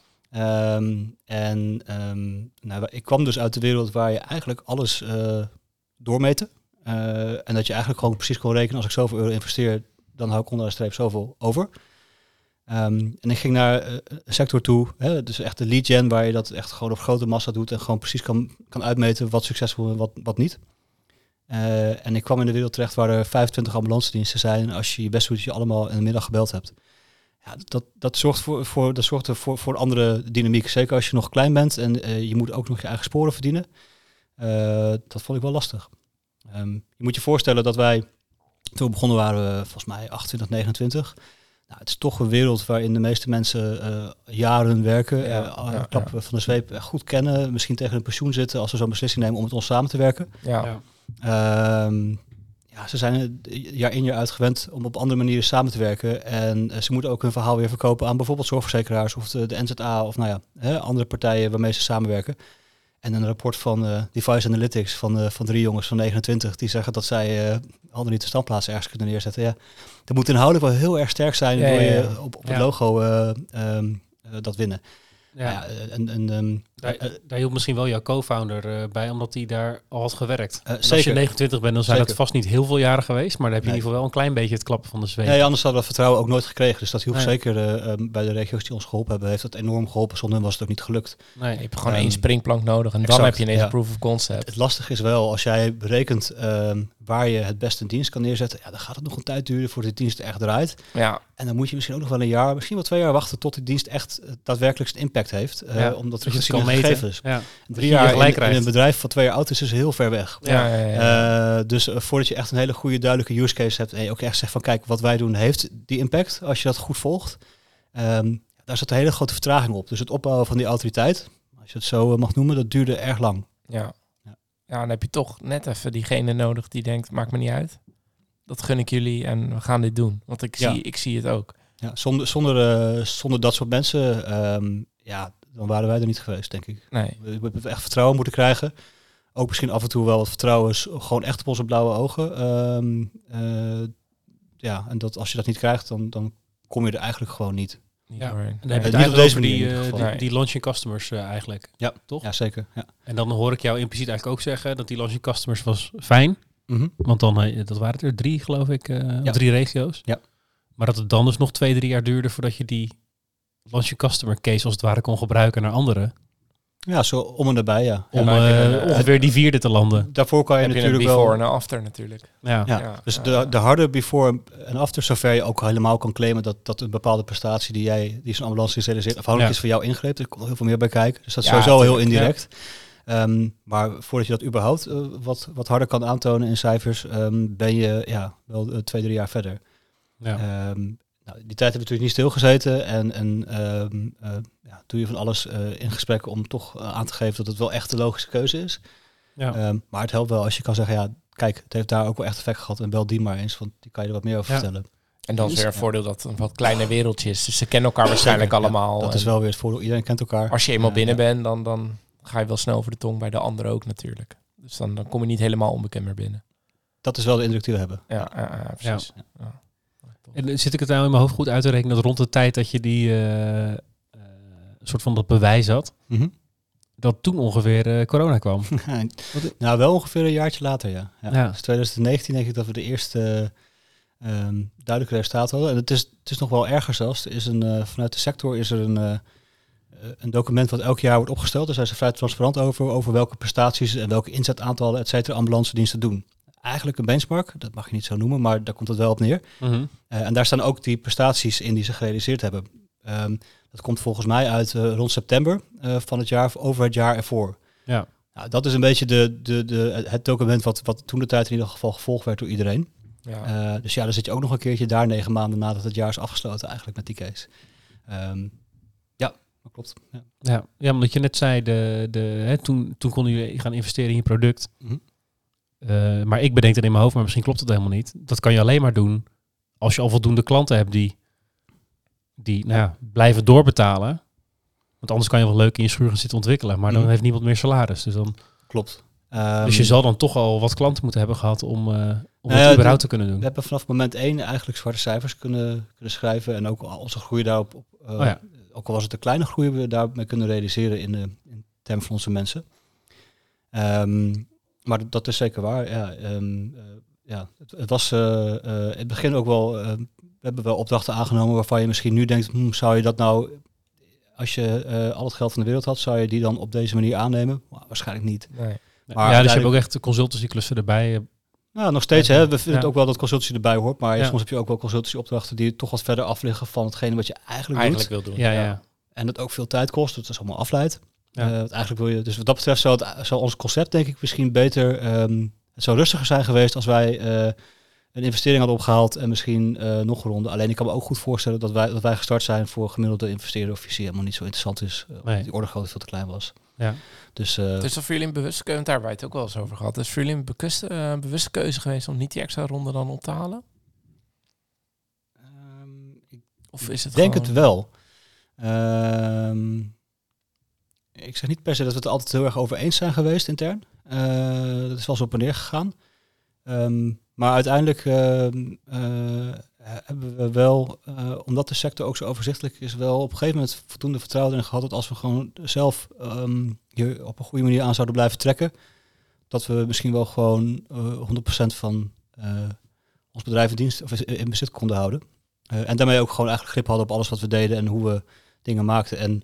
[SPEAKER 3] Ik kwam dus uit de wereld waar je eigenlijk alles doormeten. En dat je eigenlijk gewoon precies kon rekenen, als ik zoveel euro investeer, dan hou ik onder de streep zoveel over. En ik ging naar een sector toe, dus echt de lead gen, waar je dat echt gewoon op grote massa doet en gewoon precies kan uitmeten wat succesvol en wat niet. En ik kwam in de wereld terecht waar er 25 ambulancediensten zijn. En als je je best doet, je allemaal in de middag gebeld hebt. Ja, dat zorgt voor een andere dynamiek. Zeker als je nog klein bent en je moet ook nog je eigen sporen verdienen. Dat vond ik wel lastig. Je moet je voorstellen dat wij, toen we begonnen waren we volgens mij 28, 29. Nou, het is toch een wereld waarin de meeste mensen jaren werken. Klappen van de zweep goed kennen. Misschien tegen een pensioen zitten als ze zo'n beslissing nemen om met ons samen te werken. Ze zijn jaar in jaar uit gewend om op andere manieren samen te werken. En ze moeten ook hun verhaal weer verkopen aan bijvoorbeeld zorgverzekeraars of de NZA of andere partijen waarmee ze samenwerken. En een rapport van Device Analytics van 3 jongens van 29 die zeggen dat zij al dan niet de standplaats ergens kunnen neerzetten. Ja, dat moet inhoudelijk wel heel erg sterk zijn door je op het logo dat winnen.
[SPEAKER 1] Ja. Daar hielp misschien wel jouw co-founder bij, omdat hij daar al had gewerkt. Als je 29 bent, dan zijn dat vast niet heel veel jaren geweest, maar dan heb je in ieder geval wel een klein beetje het klappen van de zweep.
[SPEAKER 3] Nee, anders hadden we dat vertrouwen ook nooit gekregen. Dus dat hielp zeker bij de regio's die ons geholpen hebben, heeft dat enorm geholpen. Zonder hen was het ook niet gelukt.
[SPEAKER 2] Nee, je hebt gewoon 1 springplank nodig en dan heb je ineens een proof of concept.
[SPEAKER 3] Het lastige is wel, als jij berekent waar je het beste een dienst kan neerzetten, dan gaat het nog een tijd duren voordat die dienst echt draait.
[SPEAKER 2] Ja.
[SPEAKER 3] En dan moet je misschien ook nog wel een jaar, misschien wel 2 jaar wachten tot die dienst echt daadwerkelijk zijn impact heeft. Omdat
[SPEAKER 1] je het kan meten.
[SPEAKER 3] Ja. 3 jaar in een bedrijf van 2 jaar oud is dus heel ver weg. Dus voordat je echt een hele goede, duidelijke use case hebt en je ook echt zegt van kijk, wat wij doen heeft die impact, als je dat goed volgt, daar zat een hele grote vertraging op. Dus het opbouwen van die autoriteit, als je het zo mag noemen, dat duurde erg lang.
[SPEAKER 2] Ja, dan heb je toch net even diegene nodig die denkt, maakt me niet uit. Dat gun ik jullie en we gaan dit doen. Want ik zie het ook. Ja,
[SPEAKER 3] zonder dat soort mensen, dan waren wij er niet geweest, denk ik.
[SPEAKER 2] Nee.
[SPEAKER 3] We hebben echt vertrouwen moeten krijgen. Ook misschien af en toe wel wat vertrouwen, gewoon echt op onze blauwe ogen. En dat als je dat niet krijgt, dan kom je er eigenlijk gewoon niet.
[SPEAKER 1] Ja, en dan heb je het niet over die launching customers eigenlijk.
[SPEAKER 3] Ja,
[SPEAKER 1] toch?
[SPEAKER 3] Ja, zeker. Ja.
[SPEAKER 1] En dan hoor ik jou impliciet eigenlijk ook zeggen dat die launching customers was fijn.
[SPEAKER 3] Mm-hmm.
[SPEAKER 1] Want dan, dat waren er 3, geloof ik, 3 regio's.
[SPEAKER 3] Ja.
[SPEAKER 1] Maar dat het dan dus nog 2-3 jaar duurde voordat je die launching customer case als het ware kon gebruiken naar anderen.
[SPEAKER 3] Ja, zo om en nabij, ja.
[SPEAKER 1] Om ongeveer die 4e te landen.
[SPEAKER 3] Daarvoor kan je natuurlijk wel...
[SPEAKER 2] before en after natuurlijk.
[SPEAKER 3] Ja. Dus de harde before en after, zover je ook helemaal kan claimen dat een bepaalde prestatie die zo'n ambulance realiseert afhankelijk is van jouw ingreep. Er komt nog heel veel meer bij kijken. Dus dat is sowieso heel indirect. Maar voordat je dat überhaupt wat harder kan aantonen in cijfers, ben je wel 2-3 jaar verder.
[SPEAKER 1] Ja.
[SPEAKER 3] Die tijd hebben we natuurlijk niet stilgezeten en doe je van alles in gesprek om toch aan te geven dat het wel echt de logische keuze is. Ja. Maar het helpt wel als je kan zeggen, kijk, het heeft daar ook wel echt effect gehad en bel die maar eens, want die kan je er wat meer over vertellen.
[SPEAKER 2] En dan is weer een voordeel dat het een wat kleine wereldje is. Dus ze kennen elkaar waarschijnlijk allemaal.
[SPEAKER 3] Dat is wel weer het voordeel. Iedereen kent elkaar.
[SPEAKER 2] Als je eenmaal binnen bent, dan ga je wel snel over de tong bij de anderen ook natuurlijk. Dus dan kom je niet helemaal onbekend meer binnen.
[SPEAKER 3] Dat is wel de indruk die we hebben.
[SPEAKER 2] Ja, precies.
[SPEAKER 1] Ja. En zit ik het nou in mijn hoofd goed uit te rekenen dat rond de tijd dat je die soort van dat bewijs had, dat toen ongeveer corona kwam?
[SPEAKER 3] Nou, wel ongeveer een jaartje later, ja. Dus 2019 denk ik dat we de eerste duidelijke resultaten hadden. En het is nog wel erger zelfs. Er is vanuit de sector is er een document wat elk jaar wordt opgesteld. Daar zijn ze vrij transparant over welke prestaties en welke inzetaantallen, et cetera, ambulancediensten doen. Eigenlijk een benchmark, dat mag je niet zo noemen, maar daar komt het wel op neer. En daar staan ook die prestaties in die ze gerealiseerd hebben. Dat komt volgens mij uit rond september van het jaar, of over het jaar ervoor.
[SPEAKER 1] Ja.
[SPEAKER 3] Nou, dat is een beetje het document wat toen de tijd in ieder geval gevolgd werd door iedereen. Ja. Dus dan zit je ook nog een keertje daar 9 maanden nadat het jaar is afgesloten eigenlijk met die case. Dat klopt. Ja.
[SPEAKER 1] Ja, omdat je net zei, toen konden jullie gaan investeren in je product. Maar ik bedenk het in mijn hoofd, maar misschien klopt het helemaal niet. Dat kan je alleen maar doen als je al voldoende klanten hebt die blijven doorbetalen. Want anders kan je wel leuk in je schuur gaan zitten ontwikkelen. Maar dan heeft niemand meer salaris. Dus dan
[SPEAKER 3] Klopt.
[SPEAKER 1] Dus je zal dan toch al wat klanten moeten hebben gehad om het überhaupt te kunnen doen.
[SPEAKER 3] We hebben vanaf moment 1 eigenlijk zwarte cijfers kunnen schrijven. En ook onze groei daarop, ook al was het een kleine groei, hebben we daarmee kunnen realiseren in termen van onze mensen. Maar dat is zeker waar. Het was in het begin ook wel, we hebben wel opdrachten aangenomen waarvan je misschien nu denkt, zou je dat nou, als je al het geld van de wereld had, zou je die dan op deze manier aannemen? Nou, waarschijnlijk niet.
[SPEAKER 2] Nee.
[SPEAKER 1] Maar dus je hebt ook echt de consultancyclussen erbij.
[SPEAKER 3] Nou, nog steeds. We vinden het ook wel dat consultancy erbij hoort. Maar soms heb je ook wel consultancyopdrachten die toch wat verder af liggen van hetgene wat je eigenlijk
[SPEAKER 2] wil doen.
[SPEAKER 1] Ja.
[SPEAKER 3] En dat ook veel tijd kost. Dat is allemaal afleidt.
[SPEAKER 1] Ja.
[SPEAKER 3] Eigenlijk wil je. Dus wat dat betreft zou ons concept denk ik misschien beter. Het zou rustiger zijn geweest als wij een investering hadden opgehaald en misschien nog een ronde. Alleen ik kan me ook goed voorstellen dat wij gestart zijn voor gemiddelde investeerder of visie helemaal niet zo interessant is. Die orde grootte veel te klein was.
[SPEAKER 1] Ja.
[SPEAKER 2] Dus dat voor jullie een bewuste keuze, daar hebben wij het ook wel eens over gehad. Is voor jullie een bewuste keuze geweest om niet die extra ronde dan op te halen? Of is het
[SPEAKER 3] denk
[SPEAKER 2] gewoon...
[SPEAKER 3] het wel. Ik zeg niet per se dat we het altijd heel erg over eens zijn geweest intern. Dat is wel zo op en neer gegaan. Maar uiteindelijk hebben we wel, omdat de sector ook zo overzichtelijk is, wel op een gegeven moment voldoende vertrouwen in gehad dat als we gewoon zelf hier op een goede manier aan zouden blijven trekken, dat we misschien wel gewoon 100% van ons bedrijf in dienst of in bezit konden houden. En daarmee ook gewoon eigenlijk grip hadden op alles wat we deden en hoe we dingen maakten. En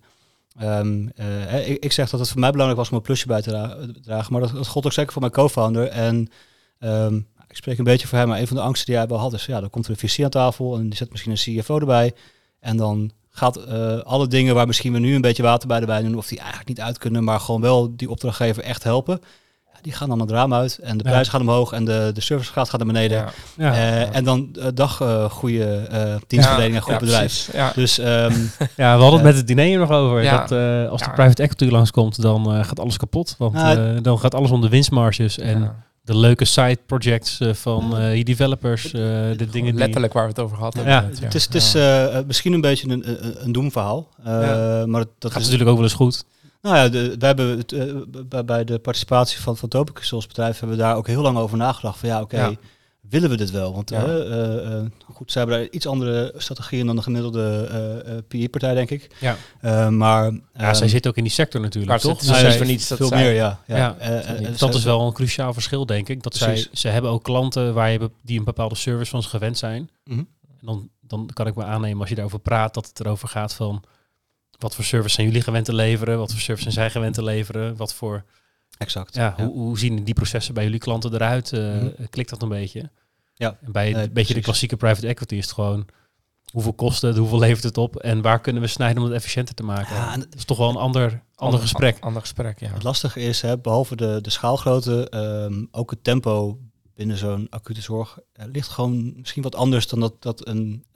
[SPEAKER 3] ik zeg dat het voor mij belangrijk was om een plusje bij te dragen, maar dat gold ook zeker voor mijn co-founder. En ik spreek een beetje voor hem, maar een van de angsten die hij wel had is, dan komt er een VC aan tafel en die zet misschien een CFO erbij. En dan gaat alle dingen waar misschien we nu een beetje water bij de wijn doen, of die eigenlijk niet uit kunnen, maar gewoon wel die opdrachtgever echt helpen. Die gaan dan het raam uit en de prijs gaat omhoog en de servicegraad gaat naar beneden. En dan goede dienstverlening en goed bedrijf.
[SPEAKER 2] Ja.
[SPEAKER 3] Dus,
[SPEAKER 1] we hadden het met het diner nog over. Dat als de private equity langskomt, dan gaat alles kapot. Want dan gaat alles om de winstmarges en de leuke side projects van je developers. De dingen
[SPEAKER 2] letterlijk waar we het over hadden.
[SPEAKER 3] Het is misschien een beetje een doemverhaal. Maar dat
[SPEAKER 1] gaat natuurlijk ook wel eens goed.
[SPEAKER 3] Nou ja, we hebben bij de participatie van Topicus als bedrijf hebben we daar ook heel lang over nagedacht. Van willen we dit wel? Want goed, ze hebben daar iets andere strategieën dan de gemiddelde PE-partij, denk ik. Maar
[SPEAKER 1] zij zit ook in die sector natuurlijk, toch?
[SPEAKER 3] Dus zij voor niets veel meer,
[SPEAKER 1] dat is wel een cruciaal verschil, denk ik. Dat ze hebben ook klanten die een bepaalde service van ze gewend zijn. En dan kan ik me aannemen als je daarover praat dat het erover gaat van wat voor service zijn jullie gewend te leveren? Wat voor service zijn zij gewend te leveren? Wat voor...
[SPEAKER 3] Exact.
[SPEAKER 1] Hoe zien die processen bij jullie klanten eruit? Klikt dat een beetje? Ja. En bij een beetje de klassieke private equity is het gewoon hoeveel kost het, hoeveel levert het op en waar kunnen we snijden om het efficiënter te maken? Ja, dat is toch wel een ander gesprek.
[SPEAKER 2] Ander gesprek, ja.
[SPEAKER 3] Het lastige is, behalve de schaalgrootte, ook het tempo binnen zo'n acute zorg ligt gewoon misschien wat anders dan dat een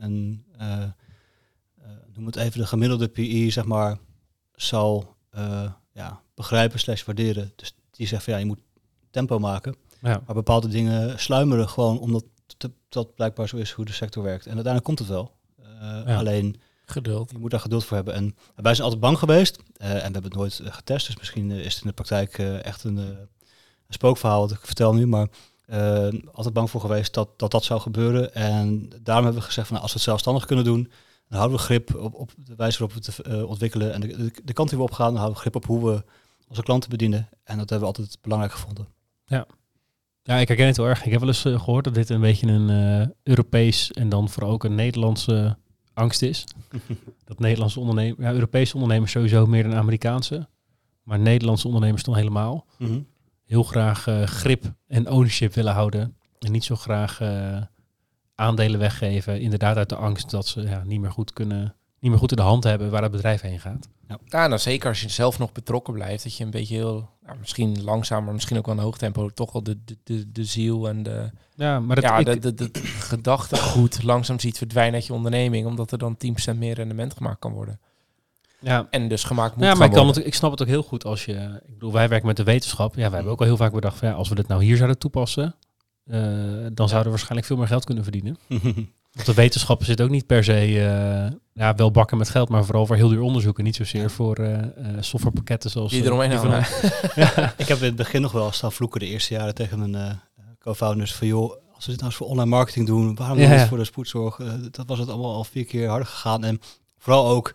[SPEAKER 3] noem het even de gemiddelde PI, zeg maar, zal begrijpen / waarderen. Dus die zegt van je moet tempo maken. Ja. Maar bepaalde dingen sluimeren gewoon omdat dat blijkbaar zo is hoe de sector werkt. En uiteindelijk komt het wel. Alleen
[SPEAKER 2] geduld.
[SPEAKER 3] Je moet daar geduld voor hebben. En wij zijn altijd bang geweest. En we hebben het nooit getest. Dus misschien is het in de praktijk echt een spookverhaal wat ik vertel nu. Maar altijd bang voor geweest dat zou gebeuren. En daarom hebben we gezegd van als we het zelfstandig kunnen doen, dan houden we grip op de wijze waarop we het ontwikkelen. En de kant die we opgaan, dan houden we grip op hoe we onze klanten bedienen. En dat hebben we altijd belangrijk gevonden.
[SPEAKER 1] Ja, ik herken het heel erg. Ik heb wel eens gehoord dat dit een beetje een Europees en dan vooral ook een Nederlandse angst is. Dat Nederlandse ondernemers, Europese ondernemers sowieso meer dan Amerikaanse. Maar Nederlandse ondernemers dan helemaal. Heel graag grip en ownership willen houden. En niet zo graag aandelen weggeven. Inderdaad uit de angst dat ze niet meer goed in de hand hebben waar het bedrijf heen gaat.
[SPEAKER 2] Ja, nou zeker als je zelf nog betrokken blijft. Dat je een beetje heel, misschien langzaam, maar misschien ook wel een hoog tempo, toch wel de ziel en de...
[SPEAKER 1] Ja, maar
[SPEAKER 2] gedachtegoed langzaam ziet verdwijnen uit je onderneming, omdat er dan 10% meer rendement gemaakt kan worden.
[SPEAKER 1] Ja.
[SPEAKER 2] En dus gemaakt moet
[SPEAKER 1] Ja,
[SPEAKER 2] gaan
[SPEAKER 1] maar
[SPEAKER 2] worden.
[SPEAKER 1] ik snap het ook heel goed als je... Ik bedoel, wij werken met de wetenschap. Ja, wij hebben ook al heel vaak bedacht van, ja, als we dit nou hier zouden toepassen, dan zouden we waarschijnlijk veel meer geld kunnen verdienen. Want de wetenschap zit ook niet per se wel bakken met geld, maar vooral voor heel duur onderzoeken. Niet zozeer voor softwarepakketten zoals...
[SPEAKER 2] Die eromheen
[SPEAKER 1] die
[SPEAKER 2] hangen.
[SPEAKER 3] Ik heb in het begin nog wel staan vloeken de eerste jaren tegen mijn co-founders van joh, als we dit nou eens voor online marketing doen, waarom doen we het voor de spoedzorg? Dat was het allemaal al 4 keer harder gegaan. En vooral ook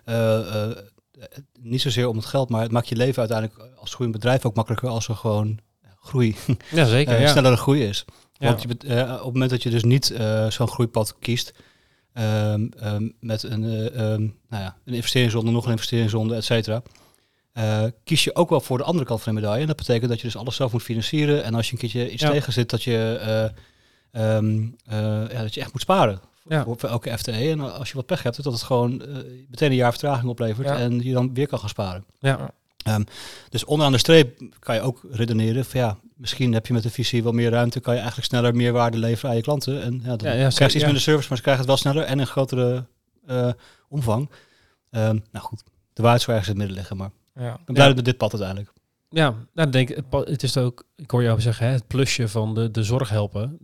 [SPEAKER 3] niet zozeer om het geld, maar het maakt je leven uiteindelijk als groeiend bedrijf ook makkelijker als er gewoon groei,
[SPEAKER 1] Ja, zeker.
[SPEAKER 3] snellere groei is.
[SPEAKER 1] Ja.
[SPEAKER 3] Want op het moment dat je dus niet zo'n groeipad kiest, met een investeringsronde, nog een investeringsronde, et cetera, kies je ook wel voor de andere kant van de medaille. En dat betekent dat je dus alles zelf moet financieren. En als je een keertje iets tegen zit, dat je dat je echt moet sparen voor elke FTE. En als je wat pech hebt, dat het gewoon meteen een jaar vertraging oplevert en je dan weer kan gaan sparen.
[SPEAKER 1] Ja.
[SPEAKER 3] Dus onderaan de streep kan je ook redeneren van ja, misschien heb je met de visie wel meer ruimte, kan je eigenlijk sneller meer waarde leveren aan je klanten. En dan krijg je iets minder service, maar ze krijgen het wel sneller en een grotere omvang. Nou goed, de waarheid zou ergens in het midden liggen, maar ik ben blij met dit pad uiteindelijk.
[SPEAKER 1] Ja, nou, denk ik, het is ook, ik hoor jou zeggen, het plusje van de zorg helpen.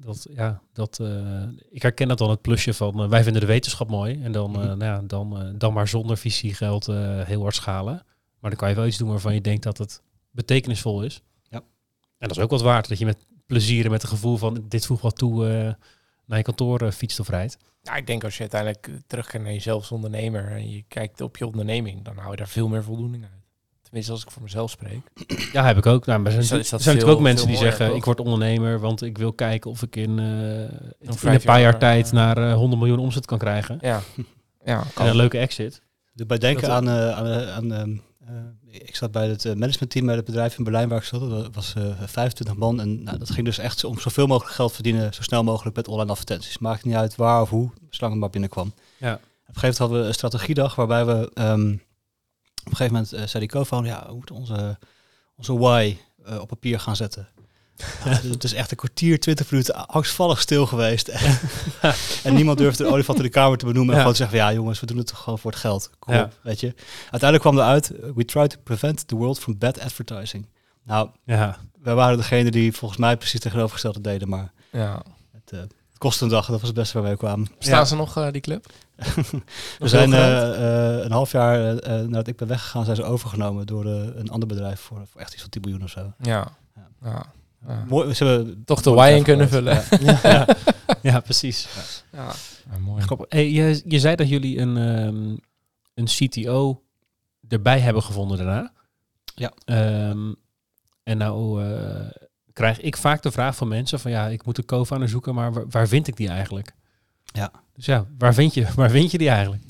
[SPEAKER 1] Ik herken dat dan, het plusje van wij vinden de wetenschap mooi. En dan, dan maar zonder visiegeld heel hard schalen. Maar dan kan je wel iets doen waarvan je denkt dat het betekenisvol is.
[SPEAKER 3] Ja.
[SPEAKER 1] En dat is ook wat waard. Dat je met plezier en met het gevoel van dit voegt wat toe naar je kantoor fietst of rijdt.
[SPEAKER 2] Ja, ik denk als je uiteindelijk terugkijkt naar jezelf als ondernemer en je kijkt op je onderneming, dan hou je daar veel meer voldoening uit. Tenminste, als ik voor mezelf spreek.
[SPEAKER 1] Ja, heb ik ook. Nou, maar er zijn natuurlijk ook mensen die zeggen,
[SPEAKER 2] toch?
[SPEAKER 1] ik word ondernemer, want ik wil kijken of ik in een paar jaar tijd naar 100 miljoen omzet kan krijgen.
[SPEAKER 2] Ja.
[SPEAKER 1] En een leuke exit.
[SPEAKER 3] Dus bij denken aan ik zat bij het managementteam bij het bedrijf in Berlijn waar ik zat. Dat was 25 man. En dat ging dus echt om zoveel mogelijk geld verdienen, zo snel mogelijk met online advertenties. Maakt niet uit waar of hoe, zolang het maar binnenkwam.
[SPEAKER 1] Ja.
[SPEAKER 3] Op een gegeven moment hadden we een strategiedag waarbij we op een gegeven moment zei die co-founder, ja, we moeten onze why op papier gaan zetten. Het is echt een kwartier, 20 minuten angstvallig stil geweest. En niemand durfde de olifant in de kamer te benoemen. En gewoon te zeggen van, ja jongens, we doen het toch gewoon voor het geld. Cool, weet je. Uiteindelijk kwam eruit, we try to prevent the world from bad advertising. Nou, wij waren degene die volgens mij precies tegenovergestelde deden. Maar het kostte een dag, dat was het beste waar we kwamen.
[SPEAKER 2] Staan ze nog, die club?
[SPEAKER 3] We zijn een half jaar nadat ik ben weggegaan, zijn ze overgenomen door een ander bedrijf voor echt iets van 10 miljoen of zo.
[SPEAKER 2] Ja.
[SPEAKER 3] Mooi, ze hebben
[SPEAKER 2] toch de why in kunnen vullen.
[SPEAKER 1] Ja, precies.
[SPEAKER 2] Ja, mooi.
[SPEAKER 1] Hey, je zei dat jullie een CTO erbij hebben gevonden daarna.
[SPEAKER 3] Ja.
[SPEAKER 1] En nou krijg ik vaak de vraag van mensen van ja, ik moet een co-founder zoeken, maar waar vind ik die eigenlijk?
[SPEAKER 3] Ja.
[SPEAKER 1] Dus ja, waar vind je die eigenlijk?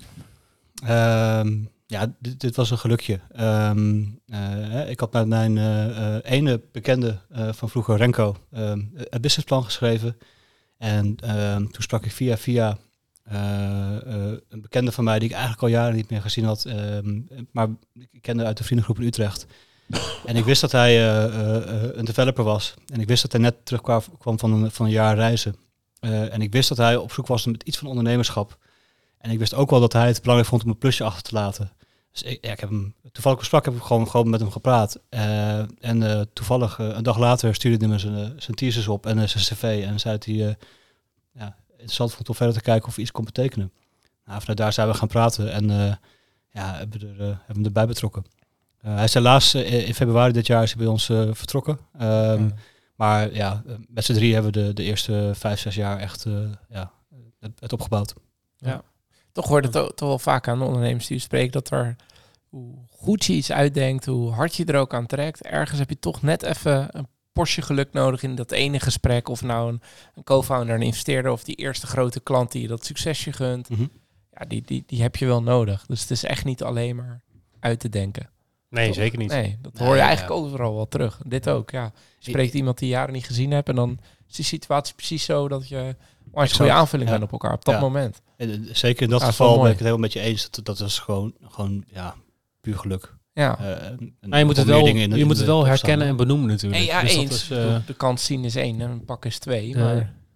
[SPEAKER 3] Ja, dit was een gelukje. Ik had met mijn ene bekende van vroeger, Renko, het businessplan geschreven. En toen sprak ik via een bekende van mij die ik eigenlijk al jaren niet meer gezien had. Maar ik kende uit de vriendengroep in Utrecht. En ik wist dat hij een developer was. En ik wist dat hij net terugkwam van een jaar reizen. En ik wist dat hij op zoek was met iets van ondernemerschap. En ik wist ook wel dat hij het belangrijk vond om een plusje achter te laten. Dus ik heb hem toevallig besprak, heb ik gewoon met hem gepraat. En toevallig een dag later stuurde hij me zijn thesis op en zijn cv. En zei dat hij interessant vond om verder te kijken of hij iets kon betekenen. Nou, vanuit daar zijn we gaan praten en hebben hem erbij betrokken. Hij is helaas in februari dit jaar is hij bij ons vertrokken. Maar ja, met z'n drie hebben we de eerste 5-6 jaar echt het opgebouwd.
[SPEAKER 2] Ja. Toch hoort het toch wel vaak aan de ondernemers die u spreekt dat er, hoe goed je iets uitdenkt, hoe hard je er ook aan trekt, ergens heb je toch net even een portie geluk nodig in dat ene gesprek. Of nou een co-founder, een investeerder of die eerste grote klant die je dat succesje gunt.
[SPEAKER 3] Mm-hmm.
[SPEAKER 2] Ja, die heb je wel nodig. Dus het is echt niet alleen maar uit te denken.
[SPEAKER 1] Nee,
[SPEAKER 2] toch?
[SPEAKER 1] Zeker niet.
[SPEAKER 2] Nee, dat hoor je eigenlijk overal wel terug. Dit ook, ja. Je spreekt iemand die jaren niet gezien hebt en dan is die situatie precies zo dat je een goede aanvulling bent op elkaar op dat moment.
[SPEAKER 3] En zeker in dat geval ben ik het helemaal met je eens. Dat is gewoon puur geluk.
[SPEAKER 2] Ja.
[SPEAKER 1] Maar je moet het wel herkennen en benoemen natuurlijk.
[SPEAKER 2] Ja,
[SPEAKER 1] dus
[SPEAKER 2] eens.
[SPEAKER 1] dat is,
[SPEAKER 2] de kans zien is 1 en een pak is 2.
[SPEAKER 1] Maar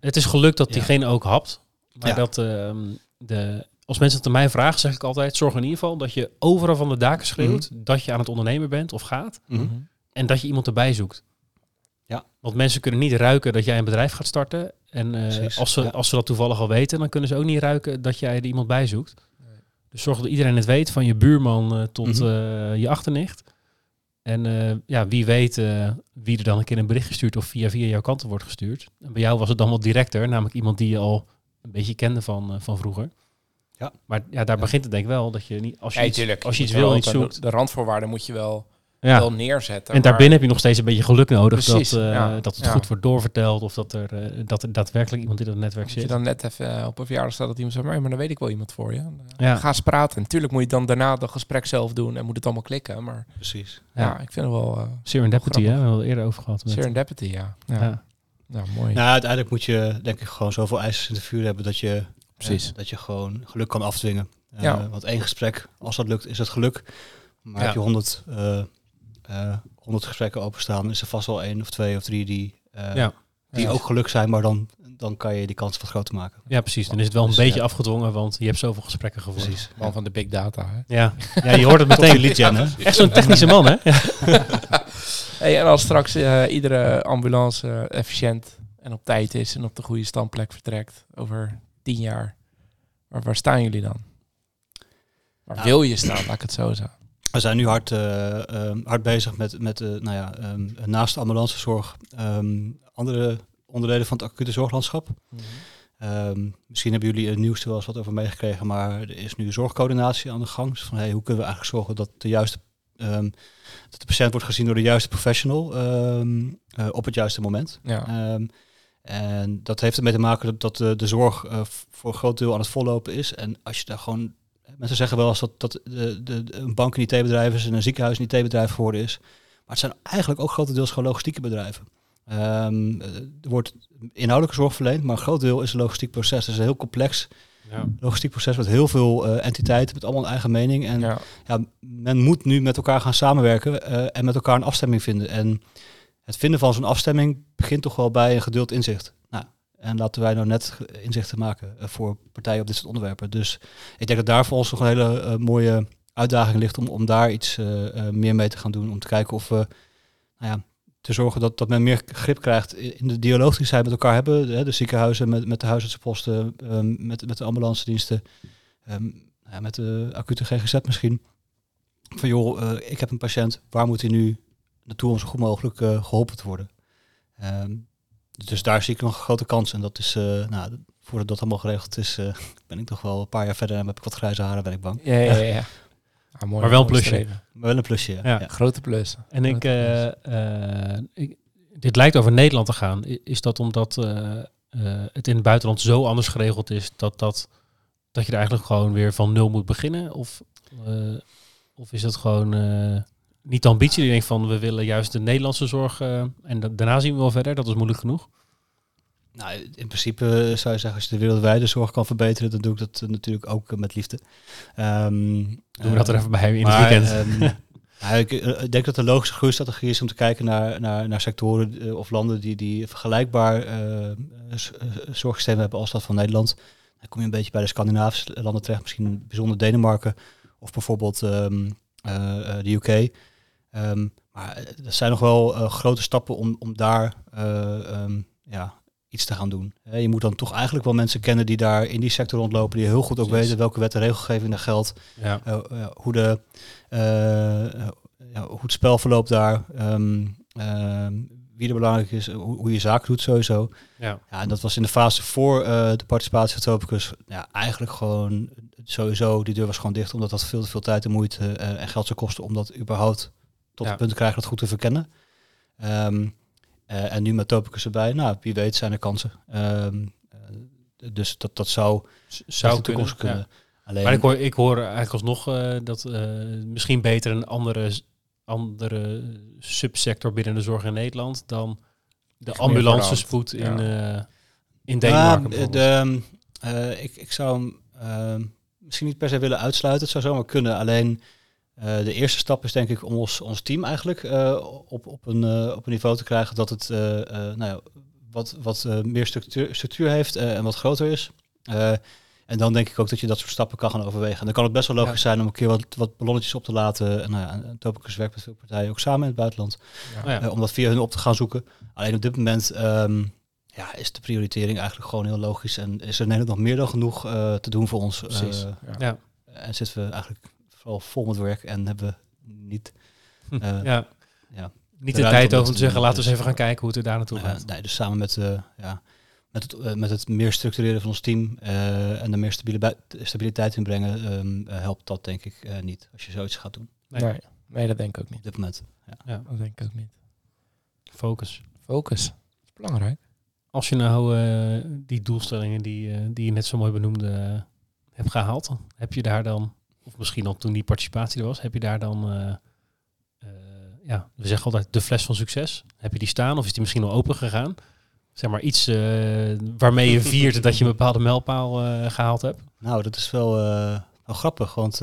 [SPEAKER 1] Het is geluk dat
[SPEAKER 3] Ja.
[SPEAKER 1] diegene ook hapt. Maar
[SPEAKER 3] Ja.
[SPEAKER 1] dat als mensen het aan mij vragen, zeg ik altijd, zorg in ieder geval dat je overal van de daken schreeuwt dat je aan het ondernemen bent of gaat.
[SPEAKER 3] Mhm.
[SPEAKER 1] En dat je iemand erbij zoekt.
[SPEAKER 3] Ja.
[SPEAKER 1] Want mensen kunnen niet ruiken dat jij een bedrijf gaat starten. En
[SPEAKER 3] Precies,
[SPEAKER 1] als ze dat toevallig al weten, dan kunnen ze ook niet ruiken dat jij er iemand bij zoekt. Dus zorg dat iedereen het weet, van je buurman tot je achternicht. En wie weet wie er dan een keer een bericht gestuurd of via jouw kanten wordt gestuurd. En bij jou was het dan wat directer, namelijk iemand die je al een beetje kende van vroeger.
[SPEAKER 3] Ja.
[SPEAKER 1] Maar daar begint het denk ik wel, dat je niet, als je iets
[SPEAKER 2] moet
[SPEAKER 1] wil
[SPEAKER 2] wel
[SPEAKER 1] en iets
[SPEAKER 2] altijd
[SPEAKER 1] zoekt.
[SPEAKER 2] De randvoorwaarden moet je wel
[SPEAKER 1] Ja.
[SPEAKER 2] neerzetten.
[SPEAKER 1] En daarbinnen heb je nog steeds een beetje geluk nodig
[SPEAKER 2] Precies,
[SPEAKER 1] dat het
[SPEAKER 2] ja.
[SPEAKER 1] goed wordt doorverteld of dat er daadwerkelijk iemand in dat netwerk
[SPEAKER 2] Als je
[SPEAKER 1] zit.
[SPEAKER 2] dan net even op een verjaardag staat dat iemand zegt, maar dan weet ik wel iemand voor je.
[SPEAKER 1] Ja.
[SPEAKER 2] Ga eens praten. Natuurlijk moet je dan daarna dat gesprek zelf doen en moet het allemaal klikken. Maar
[SPEAKER 3] Precies.
[SPEAKER 2] ja, ik vind het wel
[SPEAKER 1] Serendipity, hè? We
[SPEAKER 2] grappig.
[SPEAKER 1] hebben het eerder over gehad. Met,
[SPEAKER 2] serendipity, ja.
[SPEAKER 1] ja.
[SPEAKER 2] Ja, mooi.
[SPEAKER 3] Nou, uiteindelijk moet je denk ik gewoon zoveel ijzers in het vuur hebben dat je,
[SPEAKER 2] Precies.
[SPEAKER 3] dat je gewoon geluk kan afdwingen.
[SPEAKER 2] Ja.
[SPEAKER 3] Want 1 gesprek, als dat lukt, is het geluk. Maar
[SPEAKER 1] Ja.
[SPEAKER 3] heb je 100 gesprekken openstaan, is er vast wel 1 of 2 of 3 die
[SPEAKER 2] Ja.
[SPEAKER 3] ook geluk zijn, maar dan kan je die kans wat groter maken.
[SPEAKER 1] Ja, precies. Dan is het wel een
[SPEAKER 3] Dus,
[SPEAKER 1] beetje
[SPEAKER 3] ja.
[SPEAKER 1] afgedwongen, want je hebt zoveel gesprekken gevoerd.
[SPEAKER 3] Precies.
[SPEAKER 2] Man van de big data, hè?
[SPEAKER 1] Ja. Je hoort het meteen.
[SPEAKER 3] Lead gen, hè?
[SPEAKER 1] Echt zo'n technische man, hè? Ja.
[SPEAKER 2] Hey, en als straks iedere ambulance efficiënt en op tijd is en op de goede standplek vertrekt over 10 jaar, waar staan jullie dan? Waar wil je staan, laat ik het zo zeggen.
[SPEAKER 3] We zijn nu hard bezig met naast de ambulancezorg andere onderdelen van het acute zorglandschap. Misschien hebben jullie het nieuwste wel eens wat over meegekregen, maar er is nu zorgcoördinatie aan de gang. Dus van, hoe kunnen we eigenlijk zorgen dat dat de patiënt wordt gezien door de juiste professional op het juiste moment.
[SPEAKER 2] Ja.
[SPEAKER 3] En dat heeft ermee te maken dat de zorg voor een groot deel aan het vollopen is. En als je daar gewoon... Mensen zeggen wel eens dat een bank een IT-bedrijf is en een ziekenhuis een IT-bedrijf geworden is. Maar het zijn eigenlijk ook grotendeels gewoon logistieke bedrijven. Er wordt inhoudelijke zorg verleend, maar een groot deel is een logistiek proces. Het is een heel complex logistiek proces met heel veel entiteiten, met allemaal een eigen mening. En men moet nu met elkaar gaan samenwerken en met elkaar een afstemming vinden. En het vinden van zo'n afstemming begint toch wel bij een geduld inzicht. Nou, en laten wij nou net inzichten maken voor partijen op dit soort onderwerpen. Dus ik denk dat daar voor ons nog een hele mooie uitdaging ligt om daar iets meer mee te gaan doen. Om te kijken of we te zorgen dat men meer grip krijgt in de dialoog die zij met elkaar hebben. De ziekenhuizen met de huisartsenposten, met de ambulance diensten, met de acute GGZ misschien. Van joh, ik heb een patiënt, waar moet hij nu naartoe om zo goed mogelijk geholpen te worden? Dus daar zie ik nog een grote kans. En dat is, voordat dat allemaal geregeld is, ben ik toch wel een paar jaar verder en heb ik wat grijze haren, ben ik bang.
[SPEAKER 2] Ja. Ah, mooi,
[SPEAKER 1] Maar wel een
[SPEAKER 2] mooi
[SPEAKER 1] plusje.
[SPEAKER 2] streven.
[SPEAKER 3] Maar wel een plusje,
[SPEAKER 1] Ja.
[SPEAKER 3] ja.
[SPEAKER 2] Grote plus.
[SPEAKER 1] En dit lijkt over Nederland te gaan. Is dat omdat het in het buitenland zo anders geregeld is dat je er eigenlijk gewoon weer van nul moet beginnen? Of is het gewoon niet de ambitie? Die denkt van we willen juist de Nederlandse zorg en daarna zien we wel verder. Dat is moeilijk genoeg.
[SPEAKER 3] Nou, in principe zou je zeggen, als je de wereldwijde zorg kan verbeteren, dan doe ik dat natuurlijk ook met liefde.
[SPEAKER 1] Doen we dat er even bij in het weekend.
[SPEAKER 3] Ik denk dat de logische groeistrategie is om te kijken naar sectoren of landen die vergelijkbaar zorgsystemen hebben als dat van Nederland. Dan kom je een beetje bij de Scandinavische landen terecht, misschien bijzonder Denemarken of bijvoorbeeld de UK. Maar er zijn nog wel grote stappen om daar iets te gaan doen. Je moet dan toch eigenlijk wel mensen kennen die daar in die sector rondlopen, die heel goed ook weten welke wet en regelgeving daar geldt, hoe het spel verloopt daar, wie er belangrijk is, hoe je zaken doet sowieso. Ja, en dat was in de fase voor de participatie van Topicus eigenlijk gewoon sowieso, die deur was gewoon dicht, omdat dat veel te veel tijd en moeite en geld zou kosten om dat überhaupt tot het punt te krijgen dat goed te verkennen. En nu met Topicus erbij, wie weet zijn er kansen. Dus dat zou de toekomst kunnen.
[SPEAKER 1] Ja.
[SPEAKER 3] Alleen,
[SPEAKER 1] Maar ik hoor eigenlijk alsnog dat misschien beter een andere subsector binnen de zorg in Nederland dan de ambulancespoed in Denemarken.
[SPEAKER 3] Ik zou hem misschien niet per se willen uitsluiten. Het zou zomaar kunnen. Alleen de eerste stap is denk ik om ons team eigenlijk op een niveau te krijgen dat het wat meer structuur heeft en wat groter is. En dan denk ik ook dat je dat soort stappen kan gaan overwegen. En dan kan het best wel logisch zijn om een keer wat ballonnetjes op te laten. En Topicus werkt met veel partijen ook samen in het buitenland. Om dat via hun op te gaan zoeken. Alleen op dit moment is de prioritering eigenlijk gewoon heel logisch. En is er Nederland nog meer dan genoeg te doen voor ons.
[SPEAKER 2] Precies.
[SPEAKER 3] En zitten we eigenlijk vooral vol met werk en hebben we niet...
[SPEAKER 1] niet de tijd over te zeggen, laten we eens even gaan kijken hoe het er daar naartoe gaat.
[SPEAKER 3] Nee, dus samen met het meer structureren van ons team en er meer stabiliteit inbrengen, helpt dat denk ik niet als je zoiets gaat doen.
[SPEAKER 2] Nee, dat denk ik ook niet.
[SPEAKER 3] Op dit moment. Ja.
[SPEAKER 2] Dat denk ik ook niet.
[SPEAKER 1] Focus.
[SPEAKER 2] Dat is belangrijk.
[SPEAKER 1] Als je nou die doelstellingen die je net zo mooi benoemde hebt gehaald, heb je daar dan, of misschien al toen die participatie er was, heb je daar dan, we zeggen altijd de fles van succes. Heb je die staan of is die misschien al open gegaan? Zeg maar iets waarmee je viert dat je een bepaalde mijlpaal gehaald hebt.
[SPEAKER 3] Nou, dat is wel grappig, want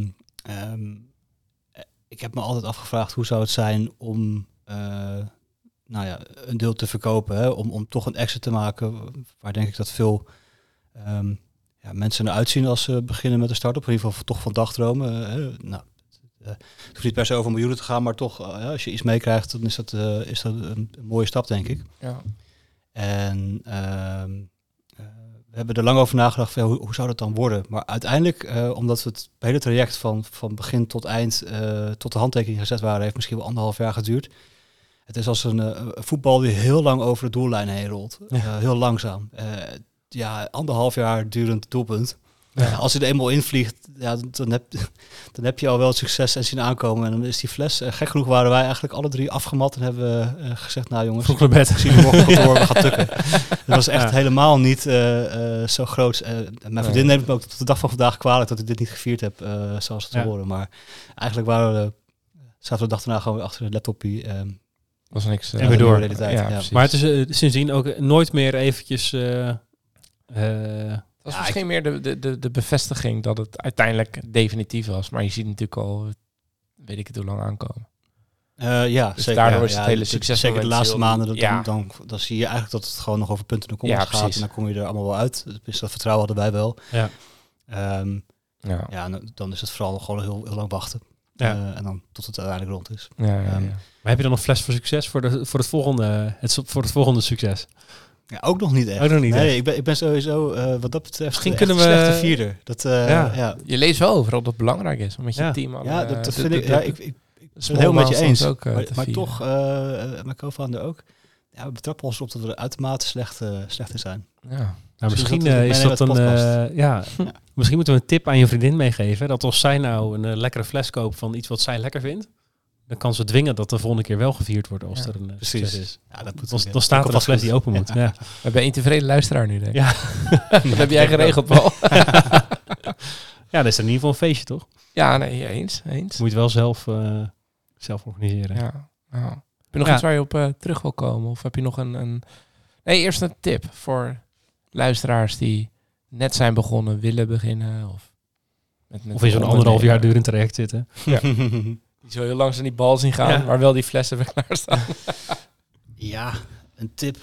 [SPEAKER 3] ik heb me altijd afgevraagd hoe zou het zijn om een deel te verkopen, hè? Om toch een exit te maken, waar denk ik dat veel mensen naar uitzien als ze beginnen met een start-up, in ieder geval toch van dagdromen. Het hoeft niet per se over miljoenen te gaan, maar toch, als je iets meekrijgt, dan is dat een mooie stap, denk ik.
[SPEAKER 2] Ja.
[SPEAKER 3] En we hebben er lang over nagedacht van, hoe zou dat dan worden? Maar uiteindelijk, omdat we het hele traject van begin tot eind tot de handtekening gezet waren, heeft misschien wel 1,5 jaar geduurd. Het is als een voetbal die heel lang over de doellijn heen rolt. Heel langzaam. 1,5 jaar durend doelpunt. Ja. Als je er eenmaal invliegt, dan heb je al wel het succes en zien aankomen. En dan is die fles, gek genoeg waren wij eigenlijk alle 3 afgemat en hebben gezegd, nou jongens, ik zie je morgen op kantoor, we gaan tukken. Dat was echt helemaal niet zo groot. Mijn vriendin neemt me ook tot de dag van vandaag kwalijk dat ik dit niet gevierd heb, zoals het te horen. Maar eigenlijk zaten we de dag daarna gewoon weer achter de laptopie.
[SPEAKER 2] Was niks.
[SPEAKER 1] En weer door.
[SPEAKER 3] Ja.
[SPEAKER 1] Maar het is sindsdien ook nooit meer eventjes...
[SPEAKER 2] dat was misschien meer de bevestiging dat het uiteindelijk definitief was. Maar je ziet natuurlijk al, weet ik het hoe lang aankomen.
[SPEAKER 3] Dus
[SPEAKER 2] zeker. Daardoor is het hele succes.
[SPEAKER 3] Zeker de laatste maanden, dan zie je eigenlijk dat het gewoon nog over punten en kommas gaat. Precies. En dan kom je er allemaal wel uit. Dus dat vertrouwen hadden wij wel. Dan is het vooral gewoon heel, heel lang wachten. En dan tot het uiteindelijk rond is.
[SPEAKER 1] Maar heb je dan een fles voor succes voor het volgende succes?
[SPEAKER 3] Ja, ook nog niet echt.
[SPEAKER 1] Ook nog niet echt.
[SPEAKER 3] Ik ben sowieso wat dat betreft
[SPEAKER 1] misschien kunnen we
[SPEAKER 3] slechte vierder.
[SPEAKER 2] Je leest wel overal dat het belangrijk is om met je team aan.
[SPEAKER 3] Dat vind ik. Ik ben het heel met je eens. Ook, maar toch, mijn co-founder ook. Ja, we betrappen ons op dat we er uitermate slecht in zijn.
[SPEAKER 1] Ja. Nou, misschien is dat misschien moeten we een tip aan je vriendin meegeven. Dat als zij nou een lekkere fles koopt van iets wat zij lekker vindt, dan kan ze dwingen dat de volgende keer wel gevierd wordt als er een succes is. Ja, dan staat er een fles die open moet. Ja.
[SPEAKER 2] We hebben een tevreden luisteraar nu, denk ik. Ja. Dat heb jij geregeld, Paul.
[SPEAKER 1] Ja, dat is in ieder geval een feestje, toch?
[SPEAKER 2] Ja, nee, eens.
[SPEAKER 1] Moet je het wel zelf organiseren.
[SPEAKER 2] Ja. Heb je nog iets waar je op terug wil komen? Of heb je nog een... Nee, eerst een tip voor luisteraars die net zijn begonnen, willen beginnen. Of
[SPEAKER 1] in zo'n 1,5 jaar durend traject zitten.
[SPEAKER 2] Ja. Die zo heel langs aan die bal zien gaan, maar wel die flessen weer klaarstaan.
[SPEAKER 3] Ja, een tip.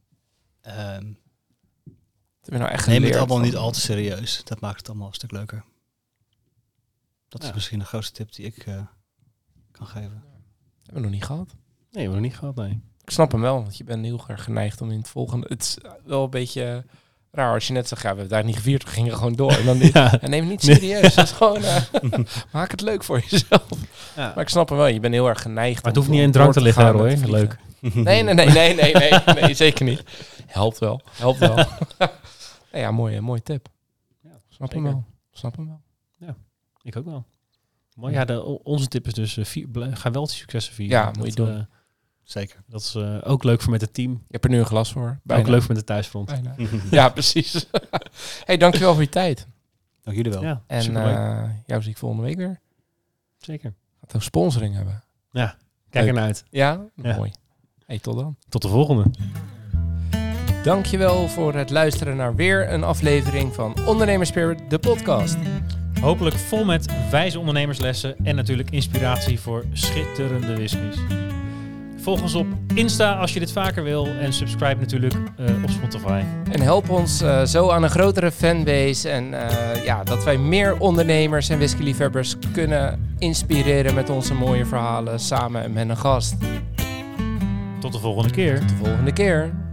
[SPEAKER 2] Neem
[SPEAKER 3] het allemaal niet al te serieus. Dat maakt het allemaal een stuk leuker. Dat is misschien de grootste tip die ik kan geven.
[SPEAKER 2] Hebben we nog niet gehad?
[SPEAKER 1] Nee, hebben we nog niet gehad, nee.
[SPEAKER 2] Ik snap hem wel, want je bent heel erg geneigd om in het volgende... Het is wel een beetje raar als je net zegt, we hebben daar niet gevierd, we gingen gewoon door. En dan en neem het niet serieus. Nee. Dat is gewoon, maak het leuk voor jezelf. Ja. Maar ik snap hem wel, je bent heel erg geneigd. Maar
[SPEAKER 1] het hoeft niet in drank te liggen, hoor. Leuk.
[SPEAKER 2] Nee, zeker niet. Helpt wel. Ja, mooie tip. Ja, snap hem wel.
[SPEAKER 1] Ja, ik ook wel. Maar ja, onze tip is dus, ga wel die successen vieren.
[SPEAKER 2] Ja, moet je doen.
[SPEAKER 3] Zeker.
[SPEAKER 1] Dat is ook leuk voor met het team.
[SPEAKER 2] Je hebt er nu een glas voor.
[SPEAKER 1] Ook leuk voor met de thuisfront.
[SPEAKER 2] Ja, precies. Hey, dankjewel voor je tijd.
[SPEAKER 3] Dank jullie wel.
[SPEAKER 1] Ja,
[SPEAKER 2] en jou zie ik volgende week weer.
[SPEAKER 1] Zeker.
[SPEAKER 2] Gaat een sponsoring hebben.
[SPEAKER 1] Ja, kijk ernaar uit.
[SPEAKER 2] Ja, mooi. Hey, tot dan.
[SPEAKER 1] Tot de volgende.
[SPEAKER 2] Dankjewel voor het luisteren naar weer een aflevering van Ondernemerspirit, de podcast.
[SPEAKER 1] Hopelijk vol met wijze ondernemerslessen en natuurlijk inspiratie voor schitterende whiskies. Volg ons op Insta als je dit vaker wil. En subscribe natuurlijk op Spotify.
[SPEAKER 2] En help ons zo aan een grotere fanbase. En dat wij meer ondernemers en whiskyliefhebbers kunnen inspireren met onze mooie verhalen samen en met een gast.
[SPEAKER 1] Tot de volgende keer.
[SPEAKER 2] Tot de volgende keer.